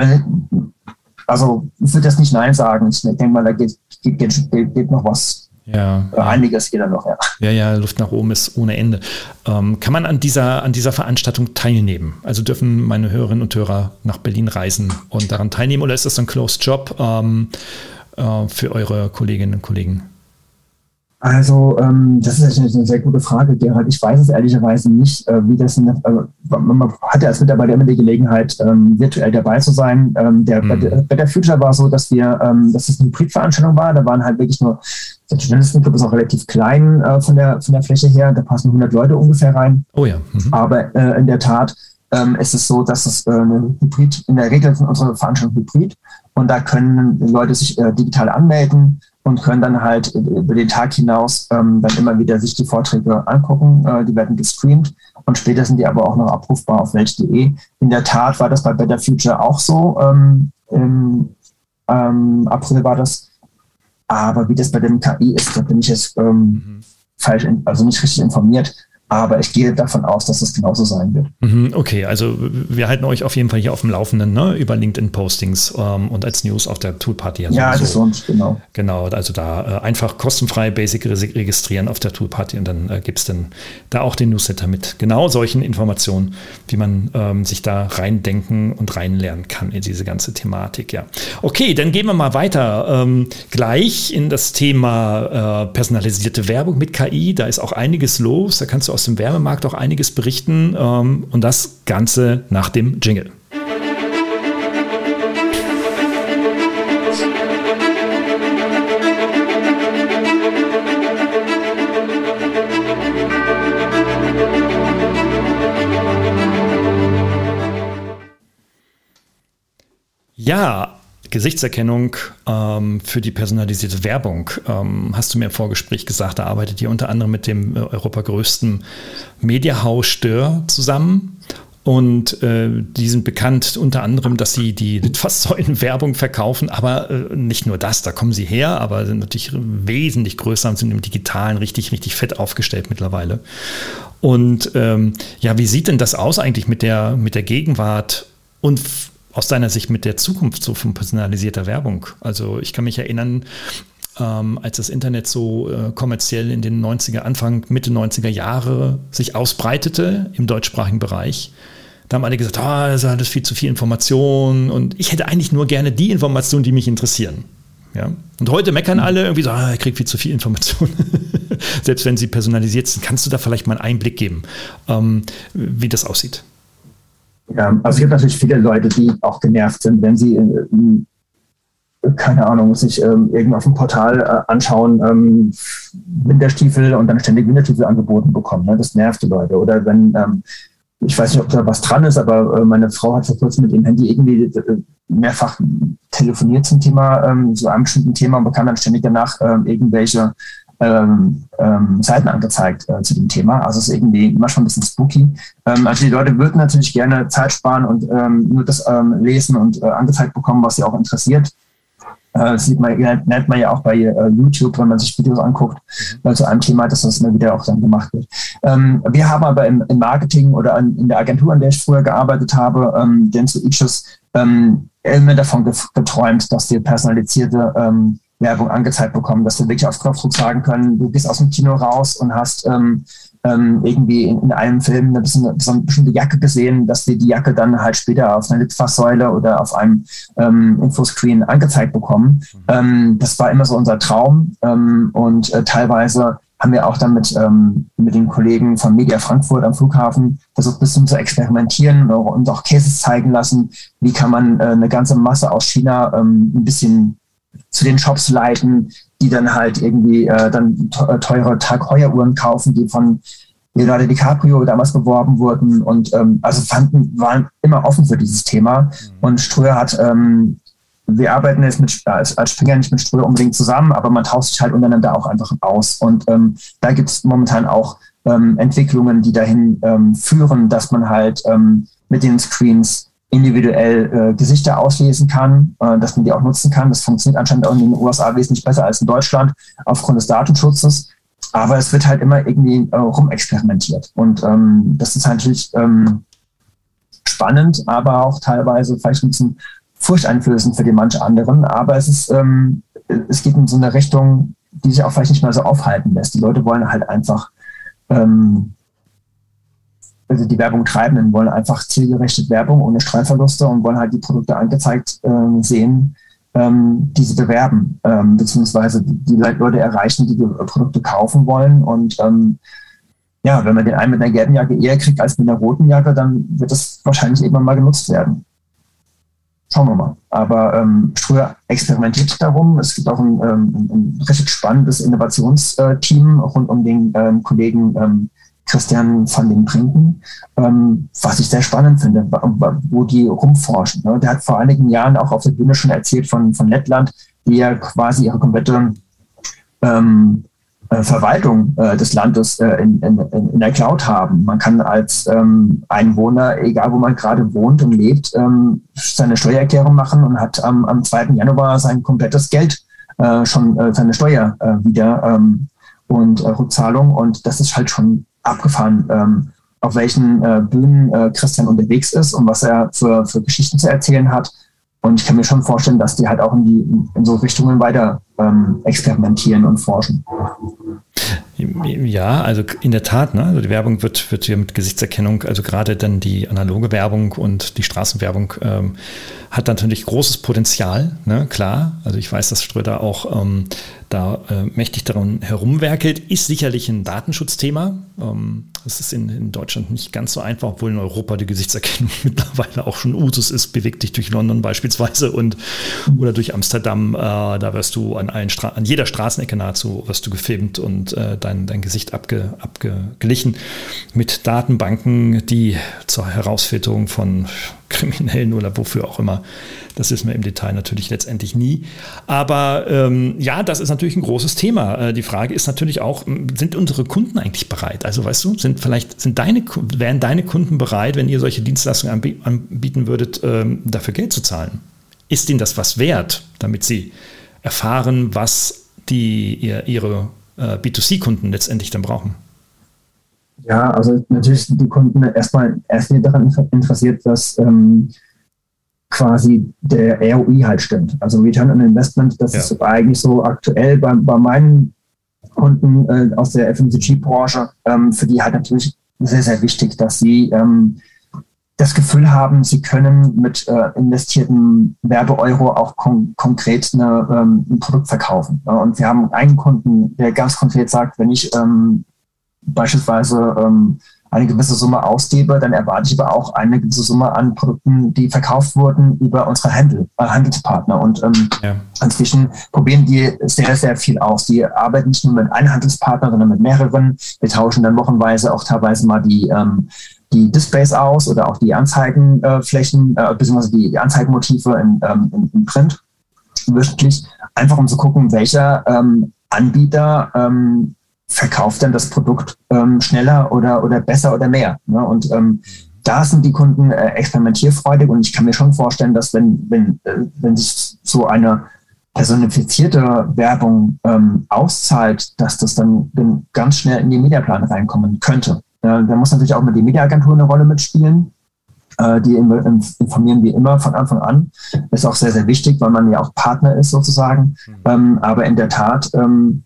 also ich würde jetzt nicht Nein sagen. Ich denke mal, da geht, geht, geht, geht noch was. Ja, ja. Einiges geht da noch, ja. Ja, ja, Luft nach oben ist ohne Ende. Ähm, kann man an dieser, an dieser Veranstaltung teilnehmen? Also dürfen meine Hörerinnen und Hörer nach Berlin reisen und daran teilnehmen oder ist das ein Closed Job ähm, äh, für eure Kolleginnen und Kollegen? Also ähm, das ist eine sehr gute Frage, Gerhard. Ich weiß es ehrlicherweise nicht, äh, wie das. In, äh, man hatte als Mitarbeiter immer die Gelegenheit, ähm, virtuell dabei zu sein. Ähm, der, mhm. bei, bei der Future war so, dass wir, ähm, dass es eine Hybridveranstaltung war. Da waren halt wirklich nur, der Journalistenclub ist auch relativ klein äh, von der von der Fläche her. Da passen hundert Leute ungefähr rein. Oh ja. Mhm. Aber äh, in der Tat ähm, ist es so, dass es äh, eine Hybrid. In der Regel sind unsere Veranstaltungen Hybrid und da können Leute sich äh, digital anmelden und können dann halt über den Tag hinaus ähm, dann immer wieder sich die Vorträge angucken. Äh, die werden gestreamt und später sind die aber auch noch abrufbar auf welch punkt de. In der Tat war das bei Better Future auch so. Ähm, ähm, ähm, April war das. Aber wie das bei dem K I ist, da bin ich jetzt ähm, mhm. falsch, in, also nicht richtig informiert. Aber ich gehe davon aus, dass es genauso sein wird. Okay, also wir halten euch auf jeden Fall hier auf dem Laufenden, ne? Über LinkedIn-Postings ähm, und als News auf der Toolparty. Also ja, so. Das ist uns, genau. Genau, also da äh, einfach kostenfrei Basic registrieren auf der Toolparty und dann äh, gibt es dann da auch den Newsletter mit genau solchen Informationen, wie man ähm, sich da reindenken und reinlernen kann in diese ganze Thematik. Ja. Okay, dann gehen wir mal weiter ähm, gleich in das Thema äh, personalisierte Werbung mit K I. Da ist auch einiges los, da kannst du aus dem Werbemarkt auch einiges berichten ähm, und das Ganze nach dem Jingle. Ja, Gesichtserkennung ähm, für die personalisierte Werbung. Ähm, hast du mir im Vorgespräch gesagt, da arbeitet ihr unter anderem mit dem äh, europagrößten Mediahaus Stör zusammen. Und äh, die sind bekannt unter anderem, dass sie die Litfaßsäulen-Werbung verkaufen, aber äh, nicht nur das, da kommen sie her, aber sind natürlich wesentlich größer und sind im Digitalen richtig, richtig fett aufgestellt mittlerweile. Und ähm, ja, wie sieht denn das aus eigentlich mit der, mit der Gegenwart und f- aus deiner Sicht mit der Zukunft so von personalisierter Werbung? Also ich kann mich erinnern, ähm, als das Internet so äh, kommerziell in den neunziger, Anfang, Mitte neunziger Jahre sich ausbreitete im deutschsprachigen Bereich, da haben alle gesagt, ah, das ist alles viel zu viel Information und ich hätte eigentlich nur gerne die Informationen, die mich interessieren. Ja? Und heute meckern alle irgendwie so, ah, ich kriege viel zu viel Informationen. Selbst wenn sie personalisiert sind, kannst du da vielleicht mal einen Einblick geben, ähm, wie das aussieht? Ja, also es gibt natürlich viele Leute, die auch genervt sind, wenn sie, äh, keine Ahnung, sich ähm, irgendwo auf dem Portal äh, anschauen, ähm, Winterstiefel und dann ständig Winterstiefel angeboten bekommen. Ne? Das nervt die Leute. Oder wenn, ähm, ich weiß nicht, ob da was dran ist, aber äh, meine Frau hat vor kurzem mit dem Handy irgendwie äh, mehrfach telefoniert zum Thema, ähm, so einem bestimmten Thema und bekam dann ständig danach äh, irgendwelche Ähm, ähm, Seiten angezeigt äh, zu dem Thema. Also es ist irgendwie manchmal ein bisschen spooky. Ähm, also die Leute würden natürlich gerne Zeit sparen und ähm, nur das ähm, lesen und äh, angezeigt bekommen, was sie auch interessiert. Äh, das sieht man, nennt man ja auch bei äh, YouTube, wenn man sich Videos anguckt, mhm. äh, zu einem Thema, dass das immer wieder auch dann gemacht wird. Ähm, wir haben aber im, im Marketing oder an, in der Agentur, an der ich früher gearbeitet habe, ähm, Dentsu Aegis, ähm, immer davon geträumt, dass die personalisierte ähm, Werbung angezeigt bekommen, dass wir wirklich auf Knopfdruck sagen können, du gehst aus dem Kino raus und hast ähm, ähm, irgendwie in, in einem Film eine, bisschen, so eine bestimmte Jacke gesehen, dass wir die Jacke dann halt später auf einer Litfaßsäule oder auf einem ähm, Infoscreen angezeigt bekommen. Mhm. Ähm, das war immer so unser Traum ähm, und äh, teilweise haben wir auch dann mit, ähm, mit den Kollegen von Media Frankfurt am Flughafen versucht, ein bisschen zu experimentieren und auch Cases zeigen lassen, wie kann man äh, eine ganze Masse aus China ähm, ein bisschen zu den Shops leiten, die dann halt irgendwie äh, dann teure Tag-Heuer-Uhren kaufen, die von Leonardo DiCaprio damals beworben wurden und ähm, also fanden, waren immer offen für dieses Thema. Mhm. Und Ströer hat, ähm, wir arbeiten jetzt mit, als, als Springer nicht mit Ströer unbedingt zusammen, aber man tauscht sich halt untereinander auch einfach aus. Und ähm, da gibt es momentan auch ähm, Entwicklungen, die dahin ähm, führen, dass man halt ähm, mit den Screens individuell äh, Gesichter auslesen kann, äh, dass man die auch nutzen kann. Das funktioniert anscheinend auch in den U S A wesentlich besser als in Deutschland aufgrund des Datenschutzes. Aber es wird halt immer irgendwie äh, rumexperimentiert. Und ähm, das ist natürlich ähm, spannend, aber auch teilweise vielleicht ein bisschen furchteinflößend für die manch anderen. Aber es ist, ähm, es geht in so eine Richtung, die sich auch vielleicht nicht mehr so aufhalten lässt. Die Leute wollen halt einfach ähm, also die Werbung Treibenden wollen einfach zielgerichtet Werbung ohne Streuverluste und wollen halt die Produkte angezeigt äh, sehen, ähm, die sie bewerben, ähm, beziehungsweise die, die Leute erreichen, die die Produkte kaufen wollen. Und ähm, ja, wenn man den einen mit einer gelben Jacke eher kriegt als mit einer roten Jacke, dann wird das wahrscheinlich irgendwann mal genutzt werden. Schauen wir mal. Aber ähm, Ströer experimentiert darum. Es gibt auch ein, ähm, ein richtig spannendes Innovationsteam rund um den ähm, Kollegen ähm, Christian van den Brinken, ähm, was ich sehr spannend finde, wo die rumforschen. Ne? Der hat vor einigen Jahren auch auf der Bühne schon erzählt von, von Lettland, die ja quasi ihre komplette ähm, äh, Verwaltung äh, des Landes äh, in, in, in der Cloud haben. Man kann als ähm, Einwohner, egal wo man gerade wohnt und lebt, ähm, seine Steuererklärung machen und hat am, am zweiten Januar sein komplettes Geld, äh, schon äh, seine Steuer äh, wieder ähm, und äh, Rückzahlung. Und das ist halt schon abgefahren, ähm, auf welchen äh, Bühnen äh, Christian unterwegs ist und was er für, für Geschichten zu erzählen hat. Und ich kann mir schon vorstellen, dass die halt auch in, die, in so Richtungen weiter ähm, experimentieren und forschen. Ja, also in der Tat, ne? Also die Werbung wird, wird ja mit Gesichtserkennung, also gerade dann die analoge Werbung und die Straßenwerbung ähm, hat natürlich großes Potenzial, ne? Klar. Also ich weiß, dass Ströder auch ähm, da äh, mächtig daran herumwerkelt, ist sicherlich ein Datenschutzthema. Ähm, das ist in, in Deutschland nicht ganz so einfach, obwohl in Europa die Gesichtserkennung mittlerweile auch schon Usus ist. Beweg dich durch London beispielsweise und oder durch Amsterdam. Äh, da wirst du an allen Stra- an jeder Straßenecke nahezu wirst du gefilmt und äh, dein, dein Gesicht abge, abgeglichen mit Datenbanken, die zur Herausfilterung von Kriminellen oder wofür auch immer. Das wissen wir im Detail natürlich letztendlich nie. Aber ähm, ja, das ist natürlich ein großes Thema. Äh, die Frage ist natürlich auch, sind unsere Kunden eigentlich bereit? Also weißt du, sind vielleicht, sind deine, wären deine Kunden bereit, wenn ihr solche Dienstleistungen anb- anbieten würdet, ähm, dafür Geld zu zahlen? Ist ihnen das was wert, damit sie erfahren, was die, ihr, ihre äh, B zwei C-Kunden letztendlich dann brauchen? Ja, also natürlich sind die Kunden erstmal erst daran interessiert, dass ähm, quasi der R O I halt stimmt. Also Return on Investment, das ja. ist eigentlich so aktuell bei, bei meinen Kunden äh, aus der F M C G-Branche, ähm, für die halt natürlich sehr, sehr wichtig, dass sie ähm, das Gefühl haben, sie können mit äh, investierten Werbe-Euro auch kon- konkret eine, ähm, ein Produkt verkaufen. Ja, und wir haben einen Kunden, der ganz konkret sagt, wenn ich ähm, beispielsweise ähm, eine gewisse Summe ausgebe, dann erwarte ich aber auch eine gewisse Summe an Produkten, die verkauft wurden über unsere Handel, äh, Handelspartner. Und ähm, ja. inzwischen probieren die sehr, sehr viel aus. Die arbeiten nicht nur mit einem Handelspartner, sondern mit mehreren. Wir tauschen dann wochenweise auch teilweise mal die, ähm, die Displays aus oder auch die Anzeigenflächen, äh, beziehungsweise die, die Anzeigenmotive in, ähm, in, in Print wöchentlich, einfach um zu gucken, welcher ähm, Anbieter ähm, verkauft dann das Produkt ähm, schneller oder, oder besser oder mehr. Ne? Und ähm, da sind die Kunden äh, experimentierfreudig und ich kann mir schon vorstellen, dass wenn, wenn, äh, wenn sich so eine personifizierte Werbung ähm, auszahlt, dass das dann, dann ganz schnell in den Mediaplan reinkommen könnte. Äh, da muss natürlich auch mit die Mediaagentur eine Rolle mitspielen. Äh, die informieren wir immer von Anfang an. Ist auch sehr, sehr wichtig, weil man ja auch Partner ist sozusagen. Mhm. Ähm, aber in der Tat ähm,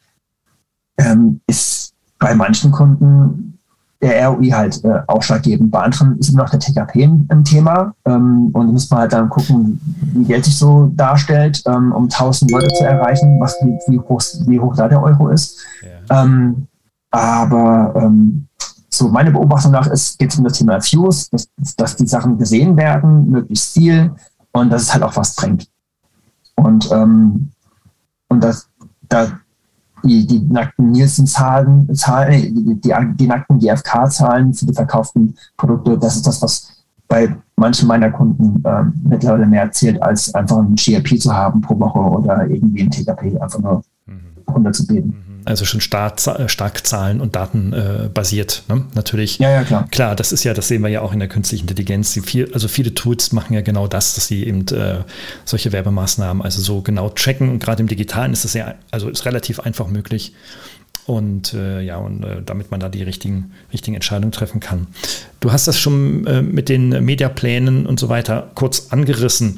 Ähm, ist bei manchen Kunden der R O I halt äh, ausschlaggebend. Bei anderen ist immer noch der T K P im Thema ähm, und muss man halt dann gucken, wie Geld sich so darstellt, ähm, um tausend Leute zu erreichen, was wie, wie, hoch, wie hoch da der Euro ist. Ja. Ähm, aber ähm, so meine Beobachtung nach geht es um das Thema Views, dass, dass die Sachen gesehen werden, möglichst viel und dass es halt auch was bringt. Und, ähm, und das da Die, die nackten Nielsen-Zahlen, Zahlen, die, die, die nackten G F K-Zahlen für die verkauften Produkte, das ist das, was bei manchen meiner Kunden äh, mittlerweile mehr zählt, als einfach ein G R P zu haben pro Woche oder irgendwie ein T K P einfach nur mhm. runterzubeten. Also schon stark, stark Zahlen- und Daten äh, basiert, ne? Natürlich. Ja, ja, klar. Klar, das ist ja, das sehen wir ja auch in der künstlichen Intelligenz. Die viel, also viele Tools machen ja genau das, dass sie eben äh, solche Werbemaßnahmen also so genau checken. Und gerade im Digitalen ist das ja, also ist relativ einfach möglich. Und äh, ja, und äh, damit man da die richtigen, richtigen Entscheidungen treffen kann. Du hast das schon äh, mit den Mediaplänen und so weiter kurz angerissen.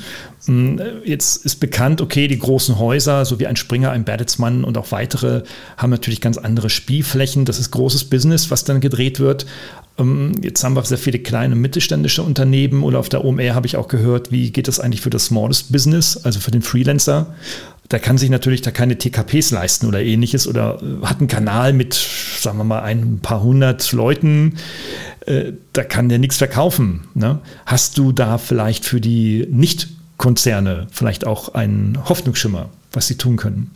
Jetzt ist bekannt, okay, die großen Häuser, so wie ein Springer, ein Bertelsmann und auch weitere, haben natürlich ganz andere Spielflächen. Das ist großes Business, was dann gedreht wird. Jetzt haben wir sehr viele kleine mittelständische Unternehmen oder auf der O M R habe ich auch gehört, wie geht das eigentlich für das Smallest Business, also für den Freelancer? Da kann sich natürlich da keine T K Ps leisten oder ähnliches oder hat einen Kanal mit, sagen wir mal, ein paar hundert Leuten. Äh, da kann der nichts verkaufen. Ne? Hast du da vielleicht für die Nicht-Konzerne vielleicht auch einen Hoffnungsschimmer, was sie tun können?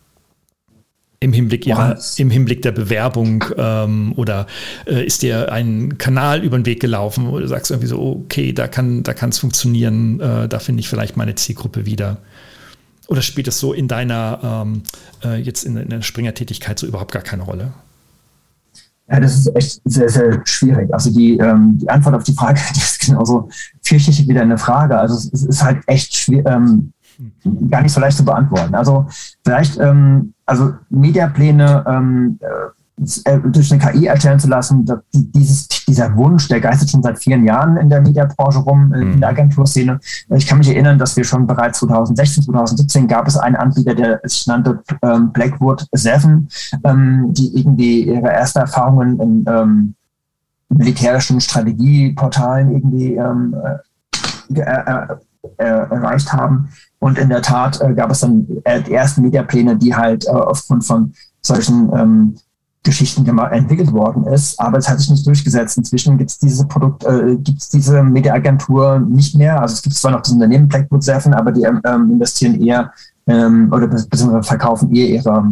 Im Hinblick ihrer, im Hinblick der Bewerbung ähm, oder äh, ist dir ein Kanal über den Weg gelaufen, wo du sagst irgendwie so, okay, da kann da kann es funktionieren, äh, da finde ich vielleicht meine Zielgruppe wieder. Oder spielt es so in deiner, ähm, äh, jetzt in, in der Springer-Tätigkeit so überhaupt gar keine Rolle? Ja, das ist echt sehr, sehr schwierig. Also die, ähm, die Antwort auf die Frage, die ist genauso vielschichtig wie deine Frage. Also es, es ist halt echt schwer, ähm, gar nicht so leicht zu beantworten. Also vielleicht, ähm, also Mediapläne ähm, äh, durch eine K I erstellen zu lassen, dieses, dieser Wunsch, der geistert schon seit vielen Jahren in der Mediabranche rum, äh, in der Agenturszene. Ich kann mich erinnern, dass wir schon bereits zwanzig sechzehn, zwanzig siebzehn gab es einen Anbieter, der sich nannte ähm, Blackwood sieben, ähm, die irgendwie ihre ersten Erfahrungen in ähm, militärischen Strategieportalen irgendwie ähm, äh, äh, äh, erreicht haben. Und in der Tat äh, gab es dann äh, die ersten Mediapläne, die halt äh, aufgrund von solchen ähm, Geschichten entwickelt worden ist, aber es hat sich nicht durchgesetzt. Inzwischen gibt es diese Produkt, äh, gibt es diese Mediaagentur nicht mehr. Also es gibt zwar noch das Unternehmen Blackwood sieben, aber die ähm, investieren eher ähm, oder beziehungsweise verkaufen eher ihre,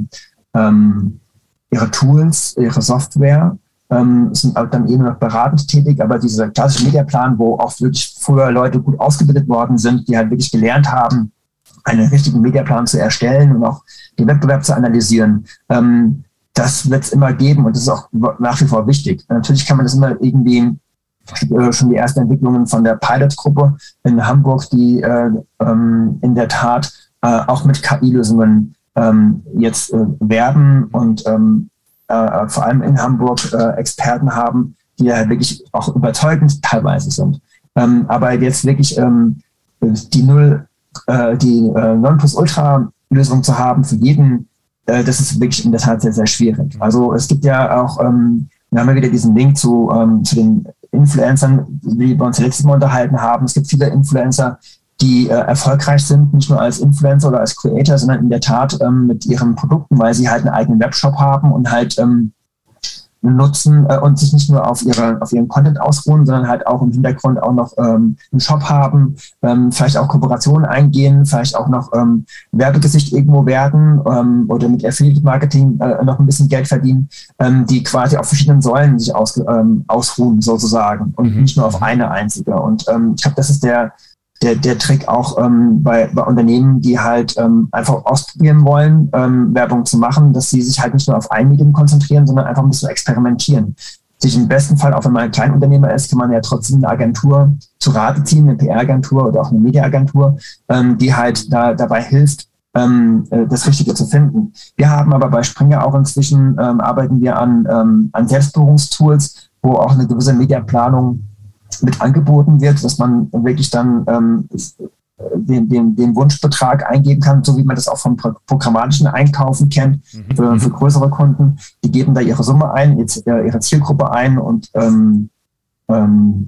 ähm, ihre Tools, ihre Software, ähm, sind dann eher noch beratend tätig, aber dieser klassische Mediaplan, wo auch wirklich früher Leute gut ausgebildet worden sind, die halt wirklich gelernt haben, einen richtigen Mediaplan zu erstellen und auch den Wettbewerb zu analysieren, ähm, das wird es immer geben und das ist auch nach wie vor wichtig. Natürlich kann man das immer irgendwie, äh, schon die ersten Entwicklungen von der Pilot-Gruppe in Hamburg, die äh, ähm, in der Tat äh, auch mit K I-Lösungen ähm, jetzt äh, werben und ähm, äh, vor allem in Hamburg äh, Experten haben, die ja wirklich auch überzeugend teilweise sind. Ähm, aber jetzt wirklich ähm, die Null, äh, die äh, Nonplusultra-Lösung zu haben für jeden, das ist wirklich in der Tat sehr, sehr schwierig. Also es gibt ja auch, ähm, wir haben ja wieder diesen Link zu, ähm, zu den Influencern, wie wir uns letztes Mal unterhalten haben. Es gibt viele Influencer, die äh, erfolgreich sind, nicht nur als Influencer oder als Creator, sondern in der Tat ähm, mit ihren Produkten, weil sie halt einen eigenen Webshop haben und halt ähm, nutzen äh, und sich nicht nur auf ihre auf ihren Content ausruhen, sondern halt auch im Hintergrund auch noch ähm, einen Shop haben, ähm, vielleicht auch Kooperationen eingehen, vielleicht auch noch ähm, Werbegesicht irgendwo werden ähm, oder mit Affiliate Marketing äh, noch ein bisschen Geld verdienen, ähm, die quasi auf verschiedenen Säulen sich aus, ähm, ausruhen sozusagen und mhm. nicht nur auf eine einzige. Und ähm, ich glaube, das ist der Der, der Trick auch ähm, bei, bei Unternehmen, die halt ähm, einfach ausprobieren wollen, ähm, Werbung zu machen, dass sie sich halt nicht nur auf ein Medium konzentrieren, sondern einfach ein bisschen experimentieren. Sich im besten Fall, auch wenn man ein Kleinunternehmer ist, kann man ja trotzdem eine Agentur zu Rate ziehen, eine P R-Agentur oder auch eine Mediaagentur, ähm, die halt da dabei hilft, ähm, das Richtige zu finden. Wir haben aber bei Springer auch inzwischen, ähm, arbeiten wir an, ähm, an Selbstbuchungstools, wo auch eine gewisse Mediaplanung mit angeboten wird, dass man wirklich dann ähm, den, den, den Wunschbetrag eingeben kann, so wie man das auch vom programmatischen Einkaufen kennt, mhm. für, für größere Kunden. Die geben da ihre Summe ein, jetzt, äh, ihre Zielgruppe ein und ähm, ähm,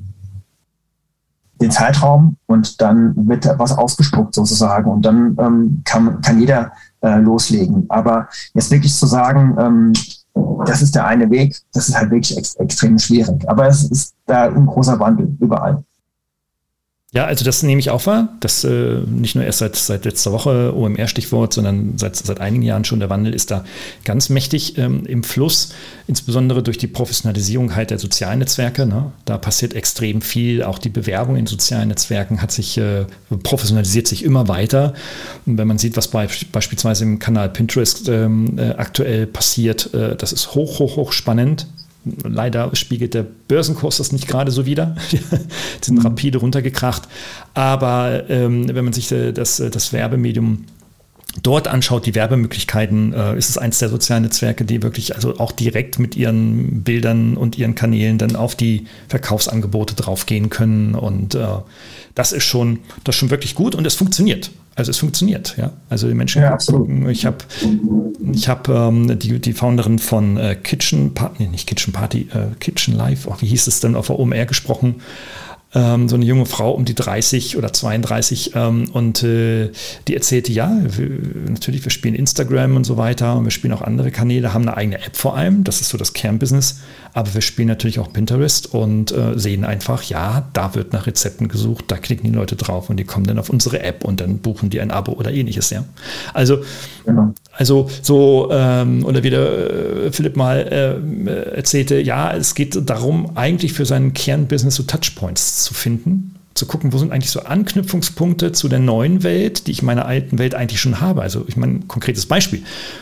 den Zeitraum und dann wird was ausgespuckt sozusagen und dann ähm, kann, kann jeder äh, loslegen. Aber jetzt wirklich zu sagen, ähm, das ist der eine Weg, das ist halt wirklich ex- extrem schwierig. Aber es ist da ein großer Wandel überall. Ja, also das nehme ich auch wahr, dass äh, nicht nur erst seit, seit letzter Woche O M R-Stichwort, sondern seit, seit einigen Jahren schon der Wandel ist da ganz mächtig ähm, im Fluss, insbesondere durch die Professionalisierung halt der sozialen Netzwerke. Ne? Da passiert extrem viel, auch die Bewerbung in sozialen Netzwerken hat sich äh, professionalisiert sich immer weiter. Und wenn man sieht, was bei, beispielsweise im Kanal Pinterest ähm, äh, aktuell passiert, äh, das ist hoch, hoch, hoch spannend. Leider spiegelt der Börsenkurs das nicht gerade so wider. Die sind mhm. rapide runtergekracht. Aber ähm, wenn man sich äh, das, das Werbemedium dort anschaut, die Werbemöglichkeiten, äh, ist es eins der sozialen Netzwerke, die wirklich also auch direkt mit ihren Bildern und ihren Kanälen dann auf die Verkaufsangebote draufgehen können. Und äh, das ist schon, das ist schon wirklich gut und es funktioniert. Also es funktioniert, ja. Also die Menschen ja, gucken. Ich habe ich hab, ähm, die, die Founderin von äh, Kitchen Party, nee, nicht Kitchen Party, äh, Kitchen Live, oh, wie hieß es denn, auf der O M R gesprochen. Ähm, so eine junge Frau um die dreißig oder zweiunddreißig ähm, und äh, die erzählte, ja, wir, natürlich, wir spielen Instagram und so weiter und wir spielen auch andere Kanäle, haben eine eigene App vor allem, das ist so das Kernbusiness, aber wir spielen natürlich auch Pinterest und äh, sehen einfach, ja, da wird nach Rezepten gesucht, da klicken die Leute drauf und die kommen dann auf unsere App und dann buchen die ein Abo oder ähnliches, ja. Also, genau. also so, ähm, oder wie der äh, Philipp mal äh, erzählte, ja, es geht darum, eigentlich für sein Kernbusiness so Touchpoints zu finden, zu gucken, wo sind eigentlich so Anknüpfungspunkte zu der neuen Welt, die ich in meiner alten Welt eigentlich schon habe. Also ich meine, ein konkretes Beispiel.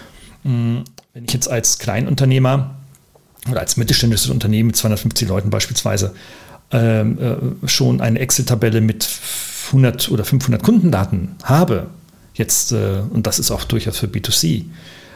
Wenn ich jetzt als Kleinunternehmer oder als mittelständisches Unternehmen mit zweihundertfünfzig Leuten beispielsweise ähm, äh, schon eine Excel-Tabelle mit hundert oder fünfhundert Kundendaten habe, jetzt, äh, und das ist auch durchaus für B zwei C,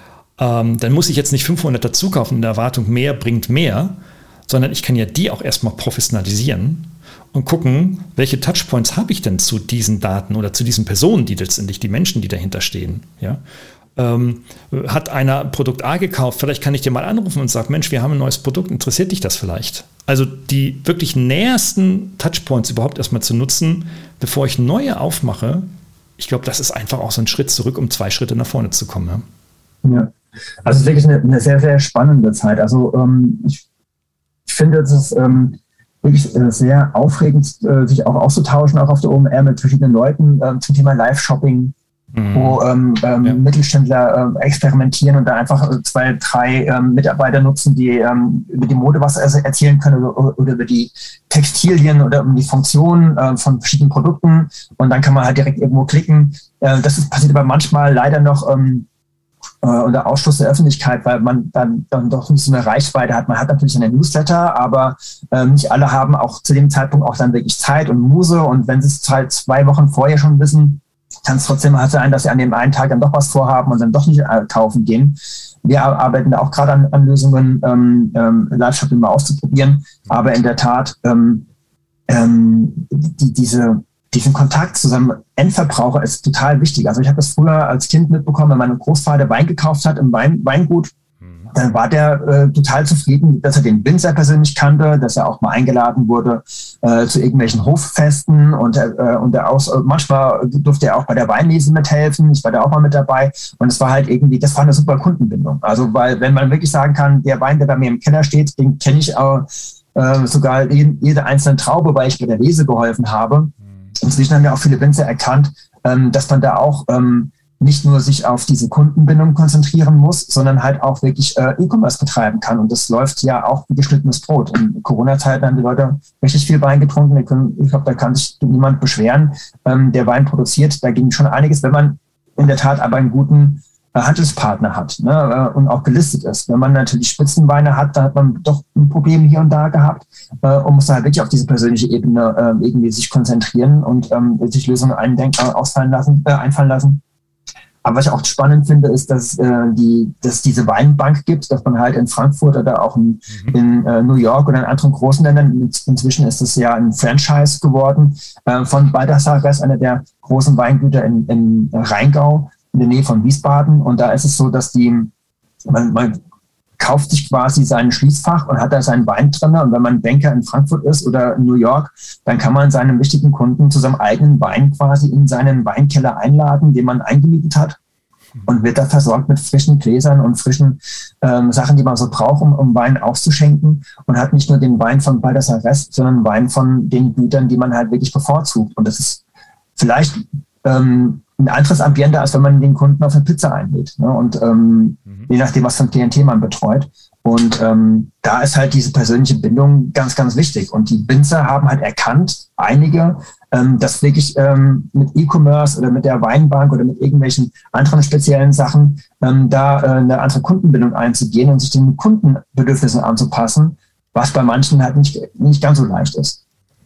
ähm, dann muss ich jetzt nicht fünfhundert dazu kaufen in der Erwartung, mehr bringt mehr, sondern ich kann ja die auch erstmal professionalisieren und gucken, welche Touchpoints habe ich denn zu diesen Daten oder zu diesen Personen, die letztendlich die Menschen, die dahinter stehen. Ja? Ähm, hat einer Produkt A gekauft, vielleicht kann ich dir mal anrufen und sagen, Mensch, wir haben ein neues Produkt, interessiert dich das vielleicht? Also die wirklich nähersten Touchpoints überhaupt erstmal zu nutzen, bevor ich neue aufmache, ich glaube, das ist einfach auch so ein Schritt zurück, um zwei Schritte nach vorne zu kommen. Ja, ja. Also es ist wirklich eine, eine sehr, sehr spannende Zeit. Also ähm, ich, ich finde, es ist ähm, wirklich äh, sehr aufregend, äh, sich auch auszutauschen, auch auf der O M R mit verschiedenen Leuten äh, zum Thema Live-Shopping, mhm. wo ähm, ähm, ja. Mittelständler äh, experimentieren und da einfach zwei, drei ähm, Mitarbeiter nutzen, die ähm, über die Mode was erzählen können oder, oder über die Textilien oder um die Funktionen äh, von verschiedenen Produkten, und dann kann man halt direkt irgendwo klicken. Äh, das ist, passiert aber manchmal leider noch ähm, unter Ausschluss der Öffentlichkeit, weil man dann, dann doch nicht so eine Reichweite hat. Man hat natürlich eine Newsletter, aber ähm, nicht alle haben auch zu dem Zeitpunkt auch dann wirklich Zeit und Muse, und wenn sie es halt zwei Wochen vorher schon wissen, kann es trotzdem halt sein, dass sie an dem einen Tag dann doch was vorhaben und dann doch nicht äh, kaufen gehen. Wir arbeiten da auch gerade an, an Lösungen, ähm, ähm, Live-Shopping mal auszuprobieren, aber in der Tat ähm, ähm, die, diese diesen Kontakt zu seinem Endverbraucher ist total wichtig. Also ich habe das früher als Kind mitbekommen, wenn mein Großvater Wein gekauft hat im Wein, Weingut, mhm. dann war der äh, total zufrieden, dass er den Winzer persönlich kannte, dass er auch mal eingeladen wurde äh, zu irgendwelchen Hoffesten, und, äh, und er aus, manchmal durfte er auch bei der Weinlese mithelfen, ich war da auch mal mit dabei, und es war halt irgendwie, das war eine super Kundenbindung. Also weil, wenn man wirklich sagen kann, der Wein, der bei mir im Keller steht, den kenne ich auch, äh, sogar jede einzelne Traube, weil ich bei der Lese geholfen habe. Inzwischen haben ja auch viele Winzer erkannt, ähm, dass man da auch ähm, nicht nur sich auf diese Kundenbindung konzentrieren muss, sondern halt auch wirklich äh, E-Commerce betreiben kann. Und das läuft ja auch wie geschnittenes Brot. In Corona-Zeiten haben die Leute richtig viel Wein getrunken. Können, ich glaube, da kann sich niemand beschweren, ähm, der Wein produziert. Da ging schon einiges, wenn man in der Tat aber einen guten äh, Handelspartner hat, ne, äh, und auch gelistet ist. Wenn man natürlich Spitzenweine hat, dann hat man doch ein Problem hier und da gehabt äh, und muss da halt wirklich auf diese persönliche Ebene äh, irgendwie sich konzentrieren und ähm, sich Lösungen eindenken, äh, ausfallen lassen, äh, einfallen lassen. Aber was ich auch spannend finde, ist, dass äh, die, dass diese Weinbank gibt, dass man halt in Frankfurt oder auch in, mhm. in äh, New York oder in anderen großen Ländern, inzwischen ist es ja ein Franchise geworden, äh, von Balthasar Ress, einer der großen Weingüter in, in Rheingau, in der Nähe von Wiesbaden. Und da ist es so, dass die, man, man kauft sich quasi sein Schließfach und hat da seinen Wein drin. Und wenn man Banker in Frankfurt ist oder in New York, dann kann man seinen wichtigen Kunden zu seinem eigenen Wein quasi in seinen Weinkeller einladen, den man eingemietet hat, und wird da versorgt mit frischen Gläsern und frischen ähm, Sachen, die man so braucht, um, um Wein auszuschenken, und hat nicht nur den Wein von Balthasar Ress, sondern Wein von den Gütern, die man halt wirklich bevorzugt. Und das ist vielleicht ähm, ein anderes Ambiente, als wenn man den Kunden auf eine Pizza einlädt. Ne? Und ähm, mhm. je nachdem, was für ein Klientel man betreut. Und ähm, da ist halt diese persönliche Bindung ganz, ganz wichtig. Und die Winzer haben halt erkannt, einige, ähm, dass wirklich ähm, mit E-Commerce oder mit der Weinbank oder mit irgendwelchen anderen speziellen Sachen ähm, da äh, eine andere Kundenbindung einzugehen und sich den Kundenbedürfnissen anzupassen, was bei manchen halt nicht, nicht ganz so leicht ist.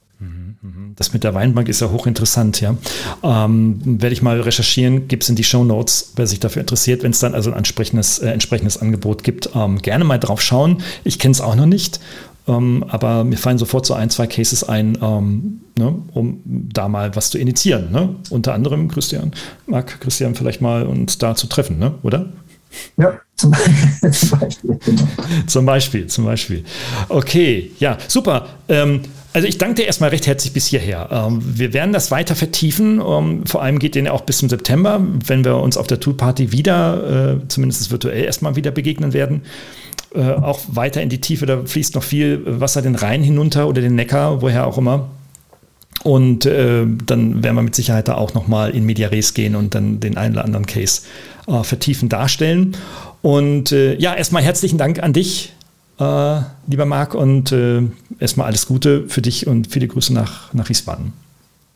Das mit der Weinbank ist ja hochinteressant, ja. Ähm, werde ich mal recherchieren, gibt es in die Shownotes, wer sich dafür interessiert, wenn es dann also ein entsprechendes, äh, entsprechendes Angebot gibt. Ähm, gerne mal drauf schauen. Ich kenne es auch noch nicht, ähm, aber mir fallen sofort so ein, zwei Cases ein, ähm, ne, um da mal was zu initiieren. Ne? Unter anderem, Christian, mag Christian vielleicht mal uns da zu treffen, ne? Oder? Ja, zum Beispiel. zum Beispiel, genau. zum Beispiel, zum Beispiel. Okay, ja, super. Ähm, Also ich danke dir erstmal recht herzlich bis hierher. Ähm, wir werden das weiter vertiefen. Ähm, vor allem geht den ja auch bis zum September, wenn wir uns auf der Tool-Party wieder, äh, zumindest virtuell erstmal wieder begegnen werden. Äh, auch weiter in die Tiefe, da fließt noch viel Wasser den Rhein hinunter oder den Neckar, woher auch immer. Und äh, dann werden wir mit Sicherheit da auch nochmal in Media Res gehen und dann den einen oder anderen Case äh, vertiefend darstellen. Und äh, ja, erstmal herzlichen Dank an dich, Uh, lieber Marc, und uh, erstmal alles Gute für dich und viele Grüße nach, nach Wiesbaden.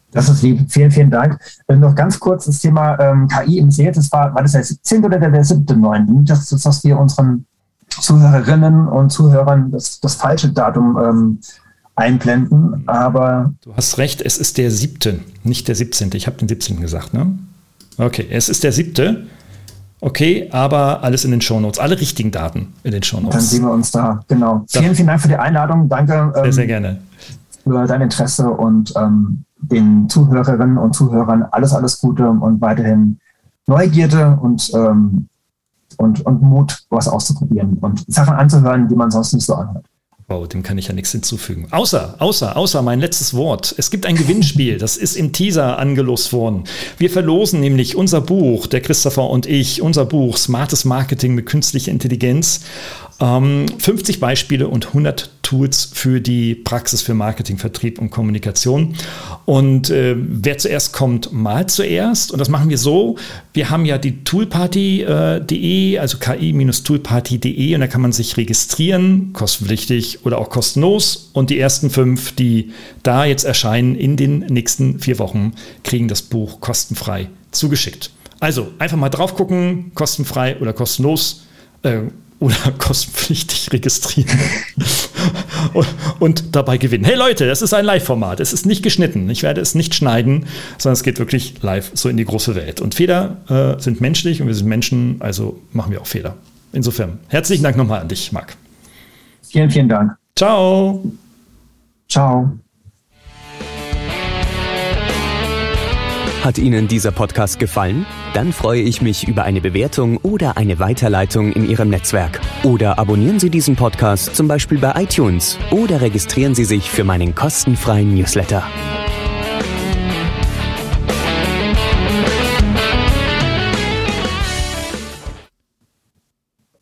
Das ist lieb. Vielen, vielen Dank. Äh, noch ganz kurz das Thema ähm, K I im Sales. Das war, war das der siebzehnte oder der, der siebte neunte? Das ist, dass wir unseren Zuhörerinnen und Zuhörern das, das falsche Datum ähm, einblenden. Aber du hast recht, es ist der siebte, nicht der siebzehnte. Ich habe den siebzehnten gesagt, ne? Okay, es ist der siebte. Okay, aber alles in den Shownotes, alle richtigen Daten in den Shownotes. Dann sehen wir uns da, genau. Ja. Vielen, vielen Dank für die Einladung. Danke. Sehr, ähm, sehr gerne. Für dein Interesse und ähm, den Zuhörerinnen und Zuhörern alles, alles Gute und weiterhin Neugierde und, ähm, und, und Mut, was auszuprobieren und Sachen anzuhören, die man sonst nicht so anhört. Wow, dem kann ich ja nichts hinzufügen. Außer, außer, außer mein letztes Wort. Es gibt ein Gewinnspiel, das ist im Teaser angelost worden. Wir verlosen nämlich unser Buch, der Christopher und ich, unser Buch Smartes Marketing mit künstlicher Intelligenz. Ähm, fünfzig Beispiele und hundert Tools für die Praxis für Marketing, Vertrieb und Kommunikation. Und äh, wer zuerst kommt, malt zuerst. Und das machen wir so. Wir haben ja die toolparty punkt de, also k i Bindestrich toolparty punkt de, und da kann man sich registrieren, kostenpflichtig oder auch kostenlos. Und die ersten fünf, die da jetzt erscheinen in den nächsten vier Wochen, kriegen das Buch kostenfrei zugeschickt. Also einfach mal drauf gucken, kostenfrei oder kostenlos. Äh, oder kostenpflichtig registrieren und, und dabei gewinnen. Hey Leute, das ist ein Live-Format. Es ist nicht geschnitten. Ich werde es nicht schneiden, sondern es geht wirklich live so in die große Welt. Und Fehler äh, sind menschlich und wir sind Menschen, also machen wir auch Fehler. Insofern, herzlichen Dank nochmal an dich, Marc. Vielen, vielen Dank. Ciao. Ciao. Hat Ihnen dieser Podcast gefallen? Dann freue ich mich über eine Bewertung oder eine Weiterleitung in Ihrem Netzwerk. Oder abonnieren Sie diesen Podcast zum Beispiel bei iTunes oder registrieren Sie sich für meinen kostenfreien Newsletter.